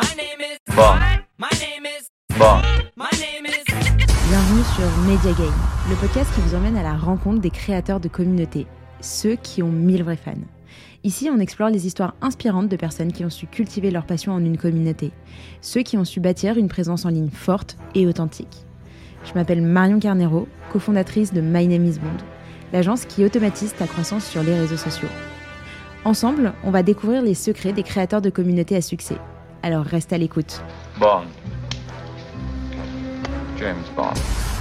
Bon. Bon. Bienvenue sur Media Game, le podcast qui vous emmène à la rencontre des créateurs de communautés, ceux qui ont 1000 vrais fans. Ici, on explore les histoires inspirantes de personnes qui ont su cultiver leur passion en une communauté, ceux qui ont su bâtir une présence en ligne forte et authentique. Je m'appelle Marion Carnero, cofondatrice de My Name is Bond, l'agence qui automatise ta croissance sur les réseaux sociaux. Ensemble, on va découvrir les secrets des créateurs de communautés à succès. Alors reste à l'écoute. Bond. James Bond.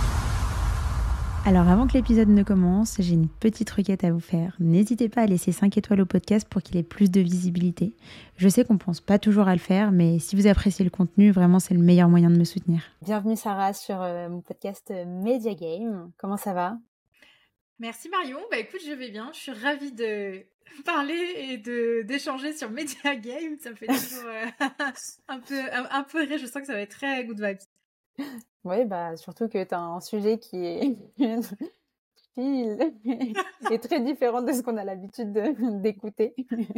Alors avant que l'épisode ne commence, j'ai une petite requête à vous faire. N'hésitez pas à laisser 5 étoiles au podcast pour qu'il ait plus de visibilité. Je sais qu'on pense pas toujours à le faire, mais si vous appréciez le contenu, vraiment c'est le meilleur moyen de me soutenir. Bienvenue Sarah sur mon podcast Media Game. Comment ça va ? Merci Marion. Écoute, je vais bien. Je suis ravie de parler et d'échanger sur Media Game. Ça me fait toujours un peu rire. Je sens que ça va être très good vibes. Oui, surtout que tu as un sujet qui est et très différent de ce qu'on a l'habitude d'écouter.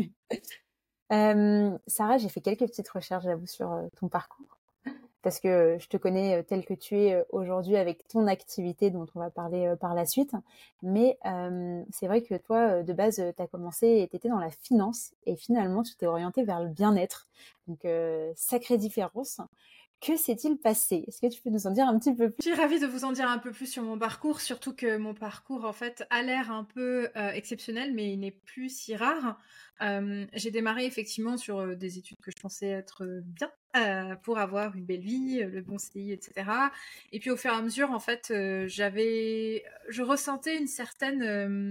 Sarah, j'ai fait quelques petites recherches, j'avoue, sur ton parcours. Parce que je te connais tel que tu es aujourd'hui avec ton activité dont on va parler par la suite. Mais c'est vrai que toi, de base, tu as commencé et tu étais dans la finance et finalement, tu t'es orientée vers le bien-être. Donc, sacrée différence. Que s'est-il passé ? Est-ce que tu peux nous en dire un petit peu plus ? Je suis ravie de vous en dire un peu plus sur mon parcours, surtout que mon parcours, en fait, a l'air un peu exceptionnel, mais il n'est plus si rare. J'ai démarré effectivement sur des études que je pensais être bien pour avoir une belle vie, le bon CDI, etc. Et puis au fur et à mesure, en fait, je ressentais une certaine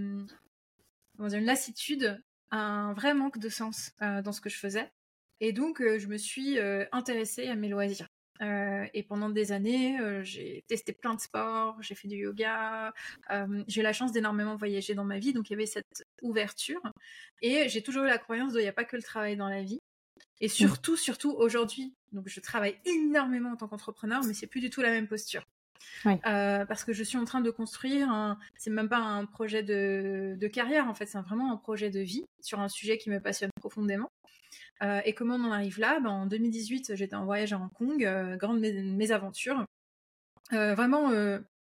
une lassitude, un vrai manque de sens dans ce que je faisais. Et donc, je me suis intéressée à mes loisirs. Et pendant des années, j'ai testé plein de sports, j'ai fait du yoga, j'ai eu la chance d'énormément voyager dans ma vie, donc il y avait cette ouverture. Et j'ai toujours eu la croyance qu'il n'y a pas que le travail dans la vie. Et surtout aujourd'hui, donc je travaille énormément en tant qu'entrepreneur, mais c'est plus du tout la même posture. Oui. Parce que je suis en train de construire, c'est même pas un projet de carrière, en fait, c'est vraiment un projet de vie sur un sujet qui me passionne profondément. Et comment on en arrive là ? En 2018, j'étais en voyage à Hong Kong, grande mésaventure. Vraiment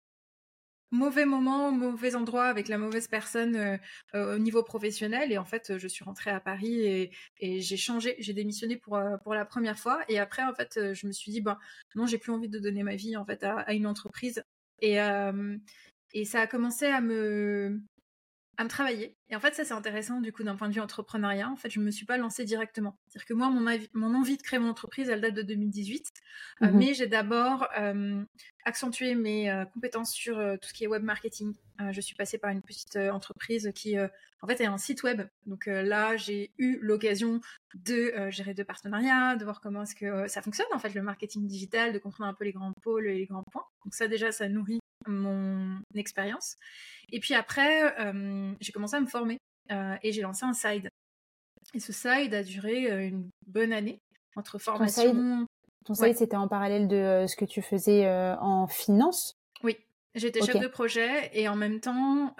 mauvais moment, mauvais endroit avec la mauvaise personne au niveau professionnel. Et en fait, je suis rentrée à Paris et j'ai changé, j'ai démissionné pour la première fois. Et après, en fait, je me suis dit, non, j'ai plus envie de donner ma vie en fait à une entreprise. Et ça a commencé à me travailler. Et en fait, ça, c'est intéressant, du coup, d'un point de vue entrepreneuriat. En fait, je ne me suis pas lancée directement. C'est-à-dire que moi, mon envie de créer mon entreprise, elle date de 2018. Mais j'ai d'abord accentué mes compétences sur tout ce qui est web marketing. Je suis passée par une petite entreprise qui, en fait, est un site web. Donc là, j'ai eu l'occasion de gérer deux partenariats, de voir comment est-ce que ça fonctionne, en fait, le marketing digital, de comprendre un peu les grands pôles et les grands points. Donc ça, déjà, ça nourrit mon expérience. Et puis après, j'ai commencé à me former et j'ai lancé un side. Et ce side a duré une bonne année entre formation. Ton side, c'était en parallèle de ce que tu faisais en finance ? Oui, j'étais chef de projet et en même temps,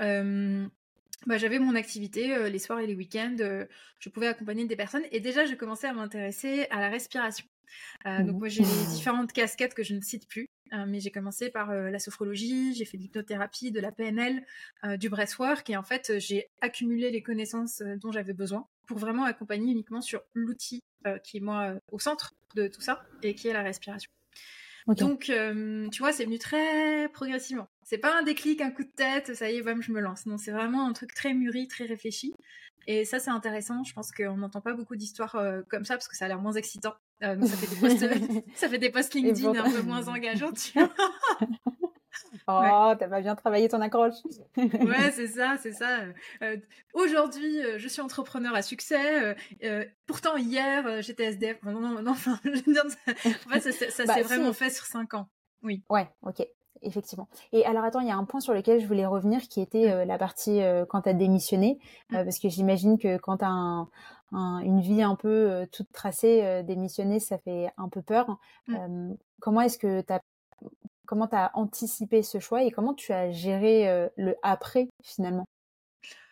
j'avais mon activité les soirs et les week-ends. Je pouvais accompagner des personnes et déjà, je commençais à m'intéresser à la respiration. Donc moi, j'ai les différentes casquettes que je ne cite plus. Mais j'ai commencé par la sophrologie, j'ai fait de l'hypnothérapie, de la PNL, du breathwork et en fait j'ai accumulé les connaissances dont j'avais besoin pour vraiment accompagner uniquement sur l'outil qui est moi au centre de tout ça et qui est la respiration. Okay. Donc tu vois, c'est venu très progressivement. C'est pas un déclic, un coup de tête, ça y est, bam, je me lance. Non, c'est vraiment un truc très mûri, très réfléchi. Et ça, c'est intéressant. Je pense qu'on n'entend pas beaucoup d'histoires comme ça parce que ça a l'air moins excitant. Donc ça fait des posts LinkedIn un peu moins engageants, tu vois. Oh, t'as pas bien travaillé ton accroche. Ouais, c'est ça. Aujourd'hui, je suis entrepreneur à succès. Pourtant, hier, j'étais SDF. Non, enfin, je veux dire, en fait, ça s'est vraiment fait sur 5 ans. Oui. Ouais, ok. Effectivement. Et alors, attends, il y a un point sur lequel je voulais revenir qui était la partie quand tu as démissionné. Parce que j'imagine que quand tu as une vie un peu toute tracée, démissionner, ça fait un peu peur. Comment est-ce que comment tu as anticipé ce choix et comment tu as géré le après, finalement ?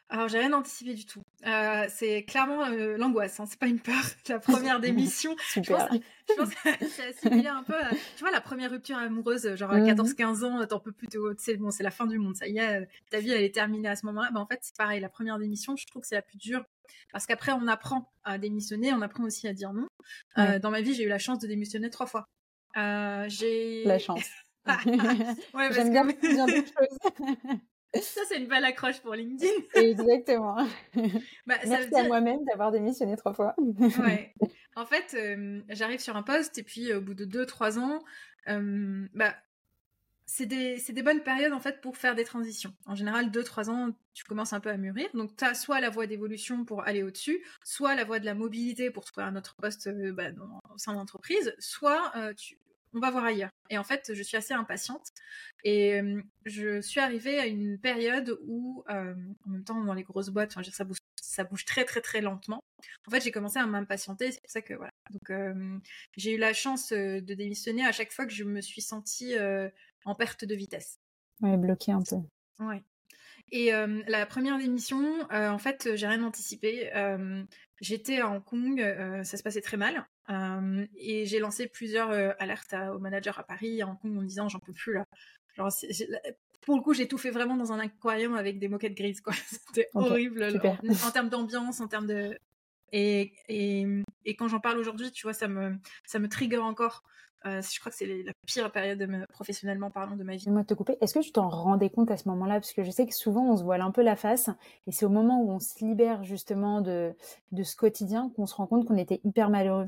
Alors, j'ai rien anticipé du tout. C'est clairement l'angoisse, hein, c'est pas une peur. La première démission, Super. je pense que c'est assimilé un peu à, tu vois, la première rupture amoureuse, genre à Mhm. 14-15 ans, t'en peux plus, bon, c'est la fin du monde, ça y est, ta vie elle est terminée à ce moment-là. En fait, c'est pareil, la première démission, je trouve que c'est la plus dure, parce qu'après on apprend à démissionner, on apprend aussi à dire non. Ouais. Dans ma vie, j'ai eu la chance de démissionner 3 fois. J'ai... La chance. Ouais, parce J'aime bien que bien d'autres choses. ça, c'est une belle accroche pour LinkedIn. Exactement. Bah, ça veut Merci dire... à moi-même d'avoir démissionné 3 fois. Ouais. En fait, j'arrive sur un poste et puis au bout de 2-3 ans, bah, c'est des bonnes périodes en fait pour faire des transitions. En général, 2-3 ans, tu commences un peu à mûrir. Donc, tu as soit la voie d'évolution pour aller au-dessus, soit la voie de la mobilité pour trouver un autre poste au sein de l'entreprise, soit on va voir ailleurs. Et en fait, je suis assez impatiente. Et je suis arrivée à une période où, en même temps, dans les grosses boîtes, enfin, je veux dire, ça bouge très, très, très lentement. En fait, j'ai commencé à m'impatienter. C'est pour ça que, voilà. Donc, j'ai eu la chance de démissionner à chaque fois que je me suis sentie en perte de vitesse. Ouais, bloqué un peu. Ouais. Et la première démission, en fait, j'ai rien anticipé. J'étais à Hong Kong, ça se passait très mal. Et j'ai lancé plusieurs alertes au manager à Paris, à Hong Kong, en me disant j'en peux plus là. Genre, pour le coup, j'ai tout fait vraiment dans un aquarium avec des moquettes grises, quoi. C'était horrible super. en termes d'ambiance, en termes de... Et quand j'en parle aujourd'hui, tu vois, ça me trigger encore. Je crois que c'est la pire période professionnellement parlant de ma vie. Moi, te couper. Est-ce que tu t'en rendais compte à ce moment-là? Parce que je sais que souvent, on se voile un peu la face. Et c'est au moment où on se libère justement de ce quotidien qu'on se rend compte qu'on était hyper malheureux.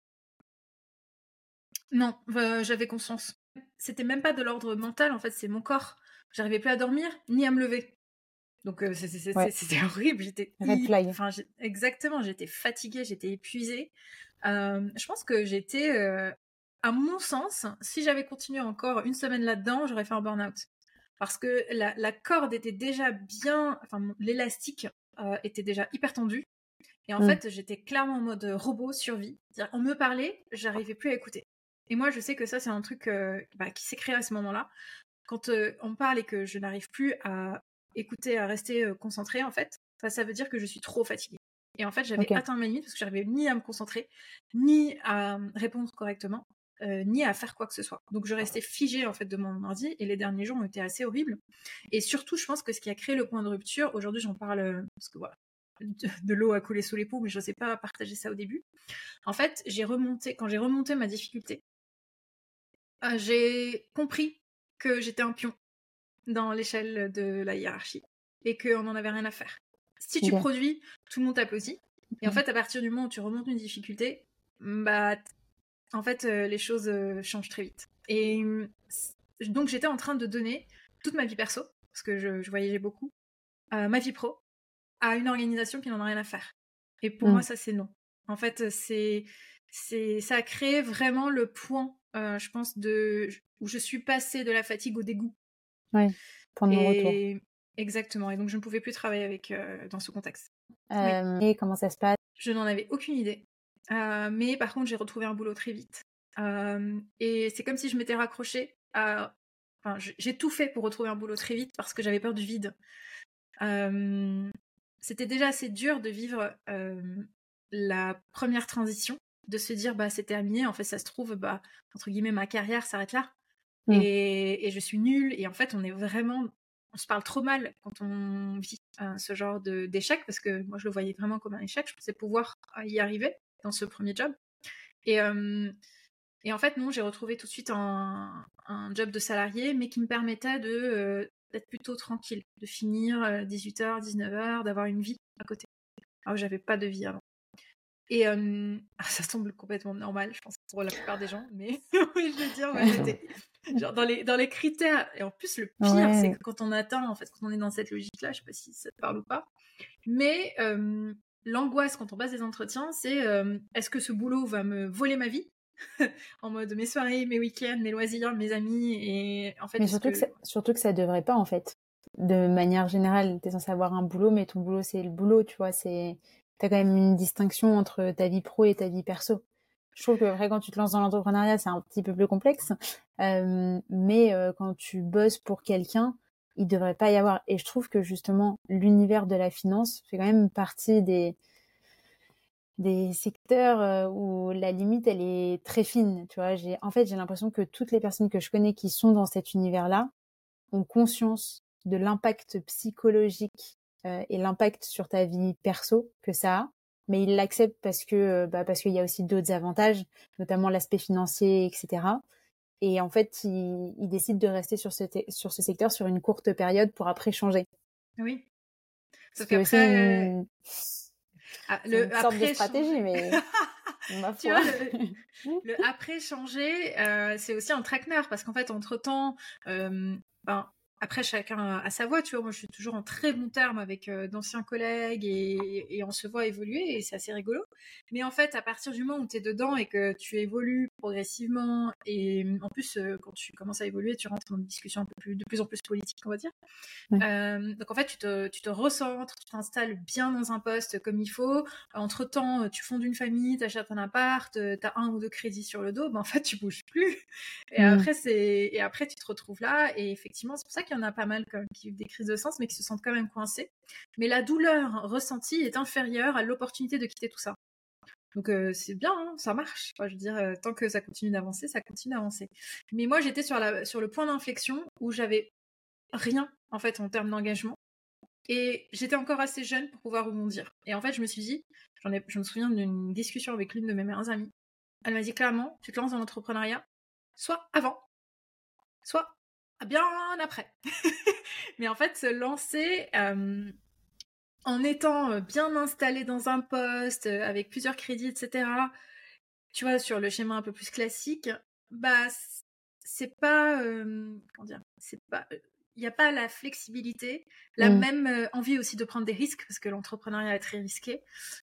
Non, j'avais conscience. C'était même pas de l'ordre mental, en fait, c'est mon corps. J'arrivais plus à dormir, ni à me lever. Donc, c'était horrible. J'étais Red flag. Enfin, exactement, j'étais fatiguée, j'étais épuisée. Je pense que j'étais... à mon sens, si j'avais continué encore une semaine là-dedans, j'aurais fait un burn-out. Parce que la corde était déjà bien... Enfin, l'élastique était déjà hyper tendu. Et en fait, j'étais clairement en mode robot survie. C'est-à-dire, on me parlait, j'arrivais plus à écouter. Et moi, je sais que ça, c'est un truc qui s'est créé à ce moment-là. Quand on me parle et que je n'arrive plus à écouter, à rester concentrée, en fait, ça veut dire que je suis trop fatiguée. Et en fait, j'avais atteint ma limite parce que j'arrivais ni à me concentrer, ni à répondre correctement, ni à faire quoi que ce soit. Donc, je restais figée, en fait, de mon ordi et les derniers jours ont été assez horribles. Et surtout, je pense que ce qui a créé le point de rupture, aujourd'hui, j'en parle parce que voilà, de l'eau a coulé sous les ponts, mais je n'osais pas partager ça au début. En fait, quand j'ai remonté ma difficulté, j'ai compris que j'étais un pion dans l'échelle de la hiérarchie et qu'on n'en avait rien à faire. Si tu produis, tout le monde t'applaudit. Et en fait, à partir du moment où tu remontes une difficulté, bah, en fait, les choses changent très vite. Et donc, j'étais en train de donner toute ma vie perso, parce que je voyageais beaucoup, ma vie pro, à une organisation qui n'en a rien à faire. Et pour moi, ça, c'est non. En fait, ça a créé vraiment le point, je pense, où je suis passée de la fatigue au dégoût. Ouais, point de retour. Exactement. Et donc, je ne pouvais plus travailler dans ce contexte. Et comment ça se passe? Je n'en avais aucune idée. Mais par contre, j'ai retrouvé un boulot très vite. Et c'est comme si je m'étais raccrochée à... Enfin, j'ai tout fait pour retrouver un boulot très vite parce que j'avais peur du vide. C'était déjà assez dur de vivre la première transition, de se dire bah c'est terminé, en fait ça se trouve bah entre guillemets ma carrière s'arrête là et je suis nulle et en fait on se parle trop mal quand on vit ce genre d'échec parce que moi je le voyais vraiment comme un échec, je pensais pouvoir y arriver dans ce premier job et en fait non, j'ai retrouvé tout de suite un job de salarié mais qui me permettait d'être plutôt tranquille, de finir 18h, 19h, d'avoir une vie à côté. Alors que j'avais pas de vie avant. Et ça semble complètement normal, je pense, pour la plupart des gens, mais oui, je veux dire, moi, j'étais genre dans les critères. Et en plus, le pire, c'est que quand on atteint, en fait, quand on est dans cette logique-là, je sais pas si ça te parle ou pas, mais l'angoisse quand on passe des entretiens, c'est est-ce que ce boulot va me voler ma vie en mode mes soirées, mes week-ends, mes loisirs, mes amis et en fait. Mais surtout que ça devrait pas en fait. De manière générale, t'es censé avoir un boulot, mais ton boulot c'est le boulot, tu vois. T'as quand même une distinction entre ta vie pro et ta vie perso. Je trouve que après quand tu te lances dans l'entrepreneuriat, c'est un petit peu plus complexe. Mais quand tu bosses pour quelqu'un, il devrait pas y avoir. Et je trouve que justement, l'univers de la finance fait quand même partie des secteurs où la limite, elle est très fine. Tu vois, j'ai l'impression que toutes les personnes que je connais qui sont dans cet univers-là ont conscience de l'impact psychologique et l'impact sur ta vie perso que ça a, mais ils l'acceptent parce qu'il y a aussi d'autres avantages, notamment l'aspect financier, etc. Et en fait, ils décident de rester sur ce secteur sur une courte période pour après changer. Oui. Ce Sauf qui est aussi qu'après, c'est une sorte de après stratégie, changer. mais ma Tu foi. vois, le après changer, c'est aussi un traquenard parce qu'en fait, entre-temps, ben, après chacun a sa voix, tu vois. Moi, je suis toujours en très bon terme avec d'anciens collègues et on se voit évoluer et c'est assez rigolo. Mais en fait, à partir du moment où tu es dedans et que tu évolues progressivement et en plus, quand tu commences à évoluer, tu rentres dans une discussion de plus en plus politique, on va dire. Ouais. Donc en fait, tu te recentres, tu t'installes bien dans un poste comme il faut. Entre-temps, tu fondes une famille, t'achètes un appart, t'as 1 ou 2 crédits sur le dos, ben en fait, tu bouges plus. Et après, tu te retrouves là. Et effectivement, c'est pour ça qu'il y en a pas mal quand même qui vivent des crises de sens, mais qui se sentent quand même coincés. Mais la douleur ressentie est inférieure à l'opportunité de quitter tout ça. Donc c'est bien, hein, ça marche. Enfin, je veux dire, tant que ça continue d'avancer, ça continue d'avancer. Mais moi, j'étais sur le point d'inflexion où j'avais rien en fait en termes d'engagement et j'étais encore assez jeune pour pouvoir rebondir. Et en fait, je me suis dit, je me souviens d'une discussion avec l'une de mes meilleures amies. Elle m'a dit clairement, tu te lances dans l'entrepreneuriat, soit avant, soit bien après. Mais en fait, se lancer en étant bien installé dans un poste, avec plusieurs crédits, etc., tu vois, sur le schéma un peu plus classique, bah, c'est pas, comment dire, c'est pas, il n'y a pas la flexibilité, la même envie aussi de prendre des risques, parce que l'entrepreneuriat est très risqué.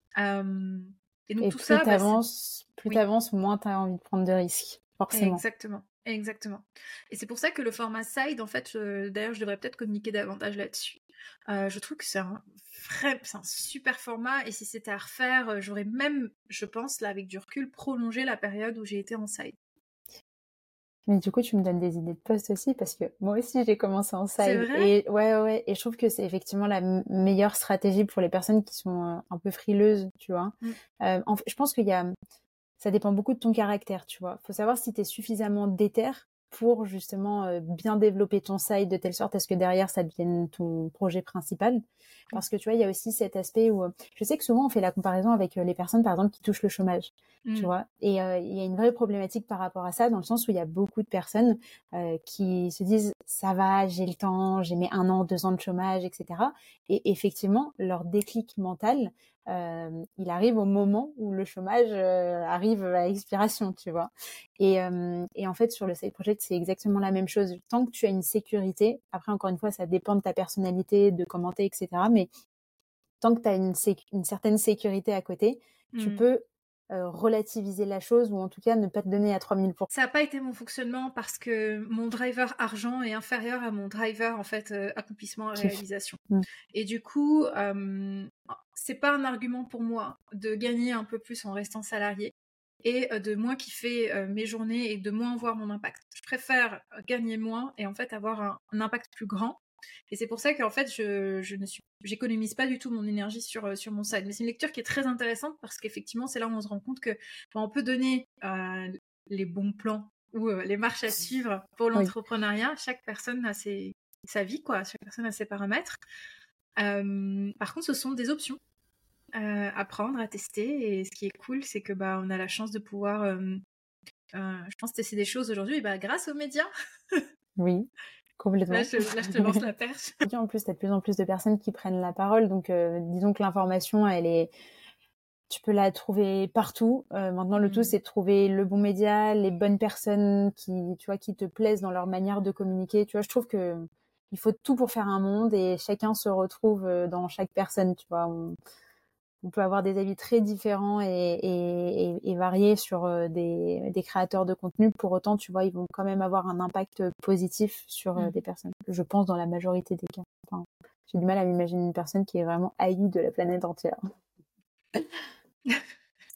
Et donc Et tout plus ça, bah, oui, t'avances, moins t'as envie de prendre de risques, forcément. exactement. Et c'est pour ça que le format Side, en fait, d'ailleurs, je devrais peut-être communiquer davantage là-dessus. Je trouve que c'est un super format, et si c'était à refaire, j'aurais même, je pense, là, avec du recul, prolongé la période où j'ai été en Side. Mais du coup, tu me donnes des idées de poste aussi, parce que moi aussi, j'ai commencé en C'est side. vrai? Et ouais, et je trouve que c'est effectivement la meilleure stratégie pour les personnes qui sont un peu frileuses, tu vois. Je pense ça dépend beaucoup de ton caractère, tu vois. Faut savoir si tu es suffisamment déter pour justement bien développer ton side de telle sorte à ce que derrière ça devienne ton projet principal. Parce que tu vois, il y a aussi cet aspect où je sais que souvent on fait la comparaison avec les personnes par exemple qui touchent le chômage, tu vois. Et il y a une vraie problématique par rapport à ça dans le sens où il y a beaucoup de personnes qui se disent ça va, j'ai le temps, j'ai mes 1 an, 2 ans de chômage, etc. Et effectivement, leur déclic mental, il arrive au moment où le chômage arrive à expiration, tu vois. Et en fait, sur le side project, c'est exactement la même chose. Tant que tu as une sécurité, après, encore une fois, ça dépend de ta personnalité, de commenter, etc. Mais tant que tu as une certaine sécurité à côté, tu peux relativiser la chose ou en tout cas ne pas te donner à 3000%. Ça n'a pas été mon fonctionnement parce que mon driver argent est inférieur à mon driver en fait accomplissement et réalisation. Et du coup, c'est pas un argument pour moi de gagner un peu plus en restant salarié et de moins kiffer mes journées et de moins voir mon impact. Je préfère gagner moins et en fait avoir un impact plus grand. Et c'est pour ça qu'en fait, j'économise pas du tout mon énergie sur mon site. Mais c'est une lecture qui est très intéressante parce qu'effectivement, c'est là où on se rend compte que on peut donner les bons plans ou les marches à suivre pour l'entrepreneuriat. Oui. Chaque personne a sa vie, quoi. Chaque personne a ses paramètres. Par contre, ce sont des options à prendre, à tester. Et ce qui est cool, c'est que on a la chance de pouvoir, je pense, tester des choses aujourd'hui grâce aux médias. Oui. Complètement. Là, je te lance la perche. En plus, tu as de plus en plus de personnes qui prennent la parole. Donc, disons que l'information, tu peux la trouver partout. Maintenant, le tout, c'est de trouver le bon média, les bonnes personnes qui te plaisent dans leur manière de communiquer. Tu vois, je trouve que il faut tout pour faire un monde et chacun se retrouve dans chaque personne. Tu vois, on peut avoir des avis très différents et variés sur des créateurs de contenu. Pour autant, tu vois, ils vont quand même avoir un impact positif sur des personnes. Je pense dans la majorité des cas. Enfin, j'ai du mal à m'imaginer une personne qui est vraiment haïe de la planète entière.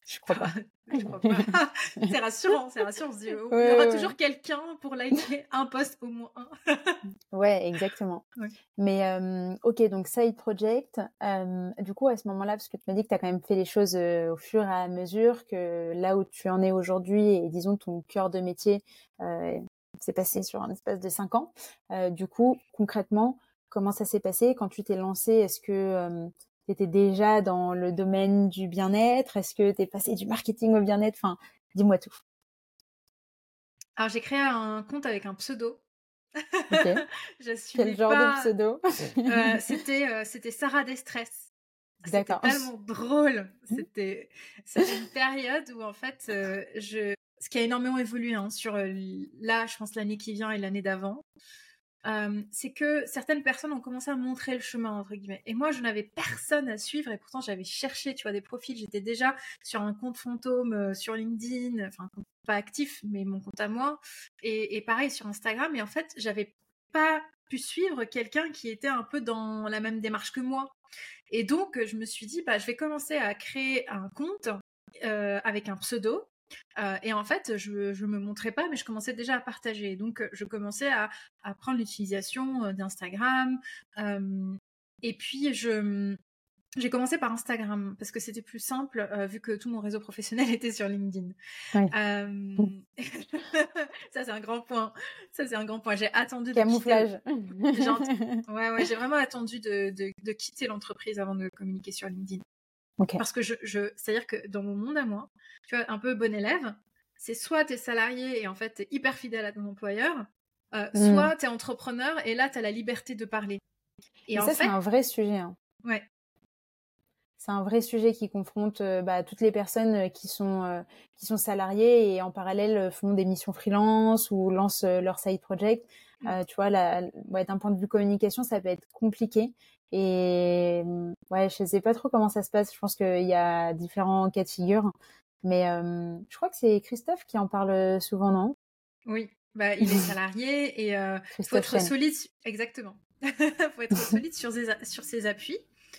Je crois pas. Je crois pas. C'est rassurant. On se dit, il y Ouais, aura ouais, toujours ouais. quelqu'un pour liker un post, au moins un. Ouais, exactement. Ouais. Mais ok, donc side project. Du coup, à ce moment-là, parce que tu m'as dit que tu as quand même fait les choses au fur et à mesure, que là où tu en es aujourd'hui, et disons ton cœur de métier s'est passé sur un espace de 5 ans. Du coup, concrètement, comment ça s'est passé quand tu t'es lancé? Est-ce que tu étais déjà dans le domaine du bien-être? Est-ce que tu es passé du marketing au bien-être? Enfin, dis-moi tout. Alors, j'ai créé un compte avec un pseudo. Ok. Je Quel n'assumais genre de pas. pseudo? C'était Sarah Destress. C'était D'accord. tellement drôle. C'était une période où, en fait, ce qui a énormément évolué sur là, je pense, l'année qui vient et l'année d'avant, c'est que certaines personnes ont commencé à montrer le chemin, entre guillemets. Et moi, je n'avais personne à suivre et pourtant, j'avais cherché, tu vois, des profils. J'étais déjà sur un compte fantôme sur LinkedIn, enfin, pas actif, mais mon compte à moi. Et pareil sur Instagram. Et en fait, j'avais pas pu suivre quelqu'un qui était un peu dans la même démarche que moi. Et donc, je me suis dit, je vais commencer à créer un compte avec un pseudo. Et en fait, je me montrais pas, mais je commençais déjà à partager. Donc, je commençais à prendre l'utilisation d'Instagram. Et puis, j'ai commencé par Instagram parce que c'était plus simple vu que tout mon réseau professionnel était sur LinkedIn. Ouais. Ça, c'est un grand point. J'ai attendu de Camouflage. Ouais, j'ai vraiment attendu de quitter l'entreprise avant de communiquer sur LinkedIn. Ok. Parce que c'est-à-dire que dans mon monde à moi, tu vois, un peu bon élève, c'est soit t'es salarié et en fait t'es hyper fidèle à ton employeur, soit t'es entrepreneur et là t'as la liberté de parler. Et Mais en ça, c'est fait, un vrai sujet. Hein. ouais, C'est un vrai sujet qui confronte toutes les personnes qui sont salariées et en parallèle font des missions freelance ou lancent leur side project. Tu vois, d'un point de vue communication, ça peut être compliqué. Et ouais, je sais pas trop comment ça se passe. Je pense qu'il y a différents cas de figure. Mais je crois que c'est Christophe qui en parle souvent, non? oui, il est salarié et il faut Christophe être Chen. solide, exactement. Faut être solide sur ses appuis.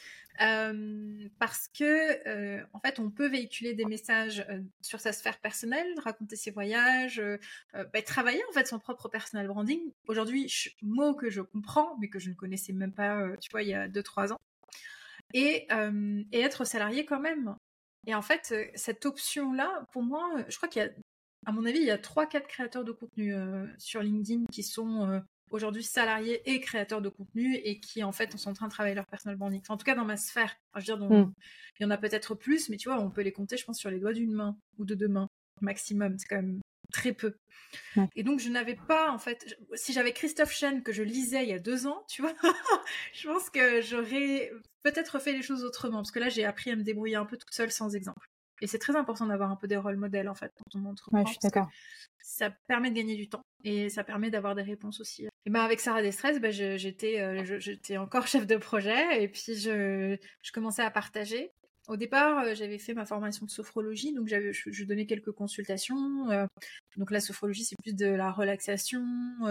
Parce que en fait on peut véhiculer des messages sur sa sphère personnelle, raconter ses voyages, travailler en fait son propre personal branding. Aujourd'hui, mot que je comprends mais que je ne connaissais même pas, tu vois, il y a 2-3 ans, et être salarié quand même. Et en fait, cette option-là, pour moi, je crois à mon avis, il y a 3-4 créateurs de contenu sur LinkedIn qui sont aujourd'hui salariés et créateurs de contenu et qui, en fait, sont en train de travailler leur personal branding. Enfin, en tout cas, dans ma sphère. Enfin, je veux dire, il y en a peut-être plus, mais tu vois, on peut les compter, je pense, sur les doigts d'une main ou de 2 mains maximum. C'est quand même très peu. Ouais. Et donc, je n'avais pas, en fait... Si j'avais Christophe Chen que je lisais il y a 2 ans, tu vois, je pense que j'aurais peut-être fait les choses autrement. Parce que là, j'ai appris à me débrouiller un peu toute seule sans exemple. Et c'est très important d'avoir un peu des rôles modèles, en fait, quand on entreprend. Ouais, je suis d'accord. Ça permet de gagner du temps et ça permet d'avoir des réponses aussi. Et avec Sarah Destress, j'étais encore chef de projet et puis je commençais à partager. Au départ, j'avais fait ma formation de sophrologie, donc je donnais quelques consultations. Donc la sophrologie, c'est plus de la relaxation,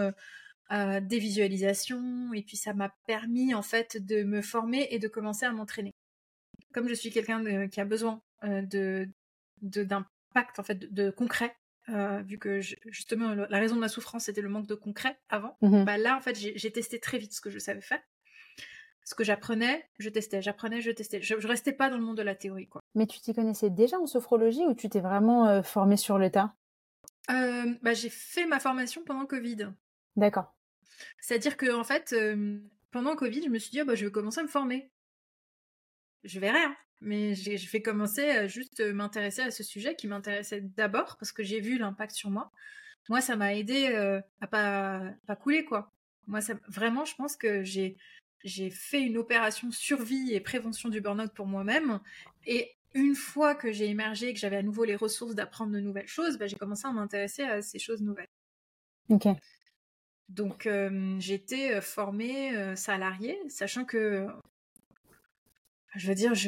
des visualisations, et puis ça m'a permis en fait de me former et de commencer à m'entraîner. Comme je suis quelqu'un qui a besoin d'impact en fait de concret, vu que justement la raison de ma souffrance c'était le manque de concret avant, là en fait j'ai testé très vite ce que je savais faire. Ce que j'apprenais, je testais. Je restais pas dans le monde de la théorie, quoi. Mais tu t'y connaissais déjà en sophrologie ou tu t'es vraiment formée sur le tas? J'ai fait ma formation pendant Covid. D'accord. C'est-à-dire que en fait, pendant Covid, je me suis dit je vais commencer à me former. Je verrai, hein. Mais je vais commencer à juste m'intéresser à ce sujet qui m'intéressait d'abord parce que j'ai vu l'impact sur moi. Moi, ça m'a aidé à pas couler, quoi. Moi, vraiment, je pense que j'ai fait une opération survie et prévention du burn-out pour moi-même. Et une fois que j'ai émergé et que j'avais à nouveau les ressources d'apprendre de nouvelles choses, j'ai commencé à m'intéresser à ces choses nouvelles. Ok. Donc, j'étais formée salariée, sachant que, je veux dire,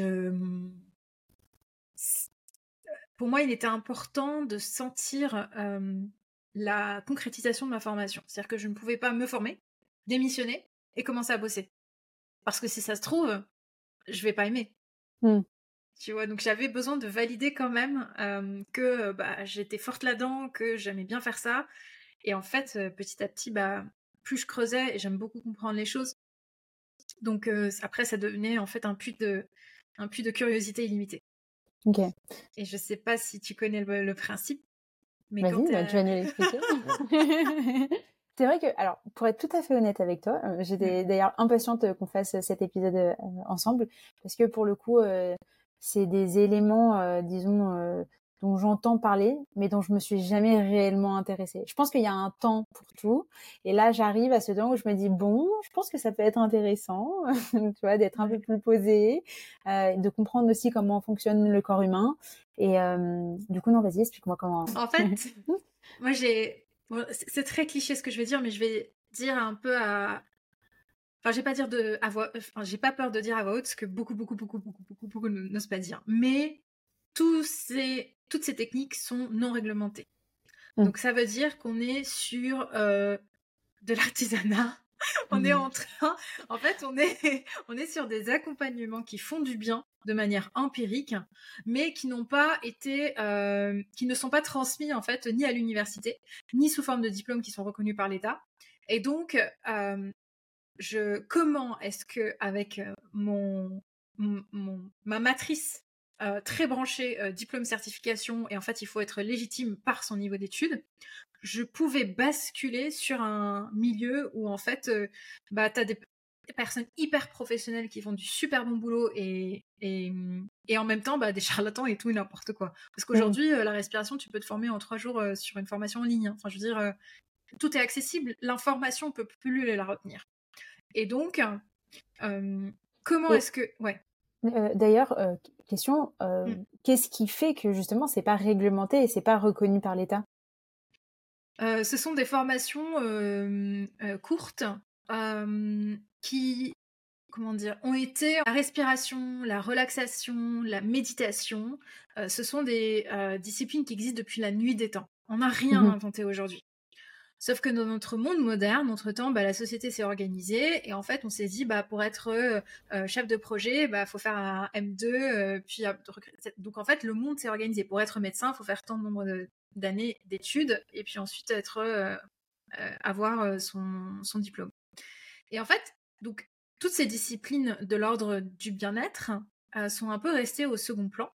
pour moi, il était important de sentir la concrétisation de ma formation. C'est-à-dire que je ne pouvais pas me former, démissionner et commencer à bosser. Parce que si ça se trouve, je vais pas aimer. Tu vois, donc j'avais besoin de valider quand même que j'étais forte là-dedans, que j'aimais bien faire ça. Et en fait, petit à petit, plus je creusais, et j'aime beaucoup comprendre les choses. Donc après, ça devenait en fait un puits de curiosité illimitée. Ok. Et je sais pas si tu connais le principe, mais Vas-y, tu vas nous l'expliquer. C'est vrai que, alors, pour être tout à fait honnête avec toi, j'étais d'ailleurs impatiente qu'on fasse cet épisode ensemble, parce que pour le coup, c'est des éléments, disons, dont j'entends parler, mais dont je me suis jamais réellement intéressée. Je pense qu'il y a un temps pour tout, et là, j'arrive à ce temps où je me dis, bon, je pense que ça peut être intéressant, tu vois, d'être un peu plus posée, de comprendre aussi comment fonctionne le corps humain. Et du coup, non, vas-y, explique-moi comment. En fait, moi c'est très cliché ce que je vais dire, mais je vais dire un peu à... Enfin, j'ai pas peur de dire à voix haute ce que beaucoup n'osent pas dire. Mais toutes ces techniques sont non réglementées. Donc ça veut dire qu'on est sur de l'artisanat. On est en fait, on est sur des accompagnements qui font du bien de manière empirique, mais qui n'ont pas été, qui ne sont pas transmis en fait ni à l'université, ni sous forme de diplômes qui sont reconnus par l'État. Et donc, comment est-ce que avec ma matrice très branchée diplôme certification, et en fait il faut être légitime par son niveau d'études, je pouvais basculer sur un milieu où en fait t'as des personnes hyper professionnelles qui font du super bon boulot et en même temps des charlatans et tout et n'importe quoi, parce qu'aujourd'hui la respiration tu peux te former en 3 jours sur une formation en ligne, hein. Enfin je veux dire tout est accessible, l'information on peut plus la retenir. Et donc, comment est-ce que... Ouais. D'ailleurs, question, qu'est-ce qui fait que justement c'est pas réglementé et c'est pas reconnu par l'État? Ce sont des formations courtes qui, comment dire, ont été la respiration, la relaxation, la méditation. Ce sont des disciplines qui existent depuis la nuit des temps. On n'a rien inventé aujourd'hui. Sauf que dans notre monde moderne, entre-temps, la société s'est organisée et en fait, on s'est dit, pour être chef de projet, faut faire un M2, puis donc en fait, le monde s'est organisé. Pour être médecin, il faut faire tant de nombre d'années d'études et puis ensuite avoir son diplôme. Et en fait, donc toutes ces disciplines de l'ordre du bien-être sont un peu restées au second plan.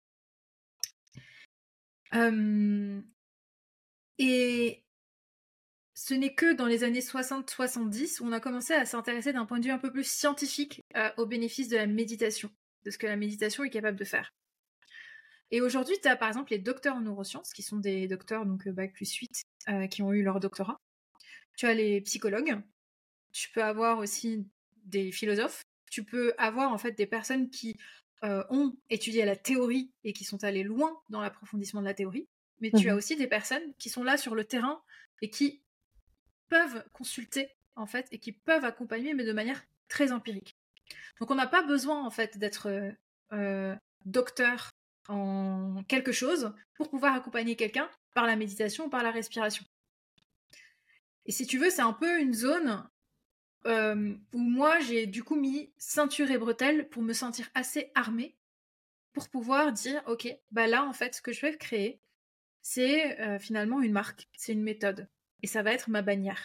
Et ce n'est que dans les années 60-70 où on a commencé à s'intéresser d'un point de vue un peu plus scientifique aux bénéfices de la méditation, de ce que la méditation est capable de faire. Et aujourd'hui, tu as par exemple les docteurs en neurosciences, qui sont des docteurs, donc Bac+8, qui ont eu leur doctorat. Tu as les psychologues, tu peux avoir aussi des philosophes, tu peux avoir en fait des personnes qui ont étudié la théorie et qui sont allées loin dans l'approfondissement de la théorie, mais tu as aussi des personnes qui sont là sur le terrain et qui peuvent consulter en fait et qui peuvent accompagner, mais de manière très empirique. Donc on n'a pas besoin en fait d'être docteur en quelque chose pour pouvoir accompagner quelqu'un par la méditation ou par la respiration. Et si tu veux, c'est un peu une zone où moi j'ai du coup mis ceinture et bretelles pour me sentir assez armée pour pouvoir dire ok, là en fait ce que je vais créer c'est finalement une marque, c'est une méthode et ça va être ma bannière.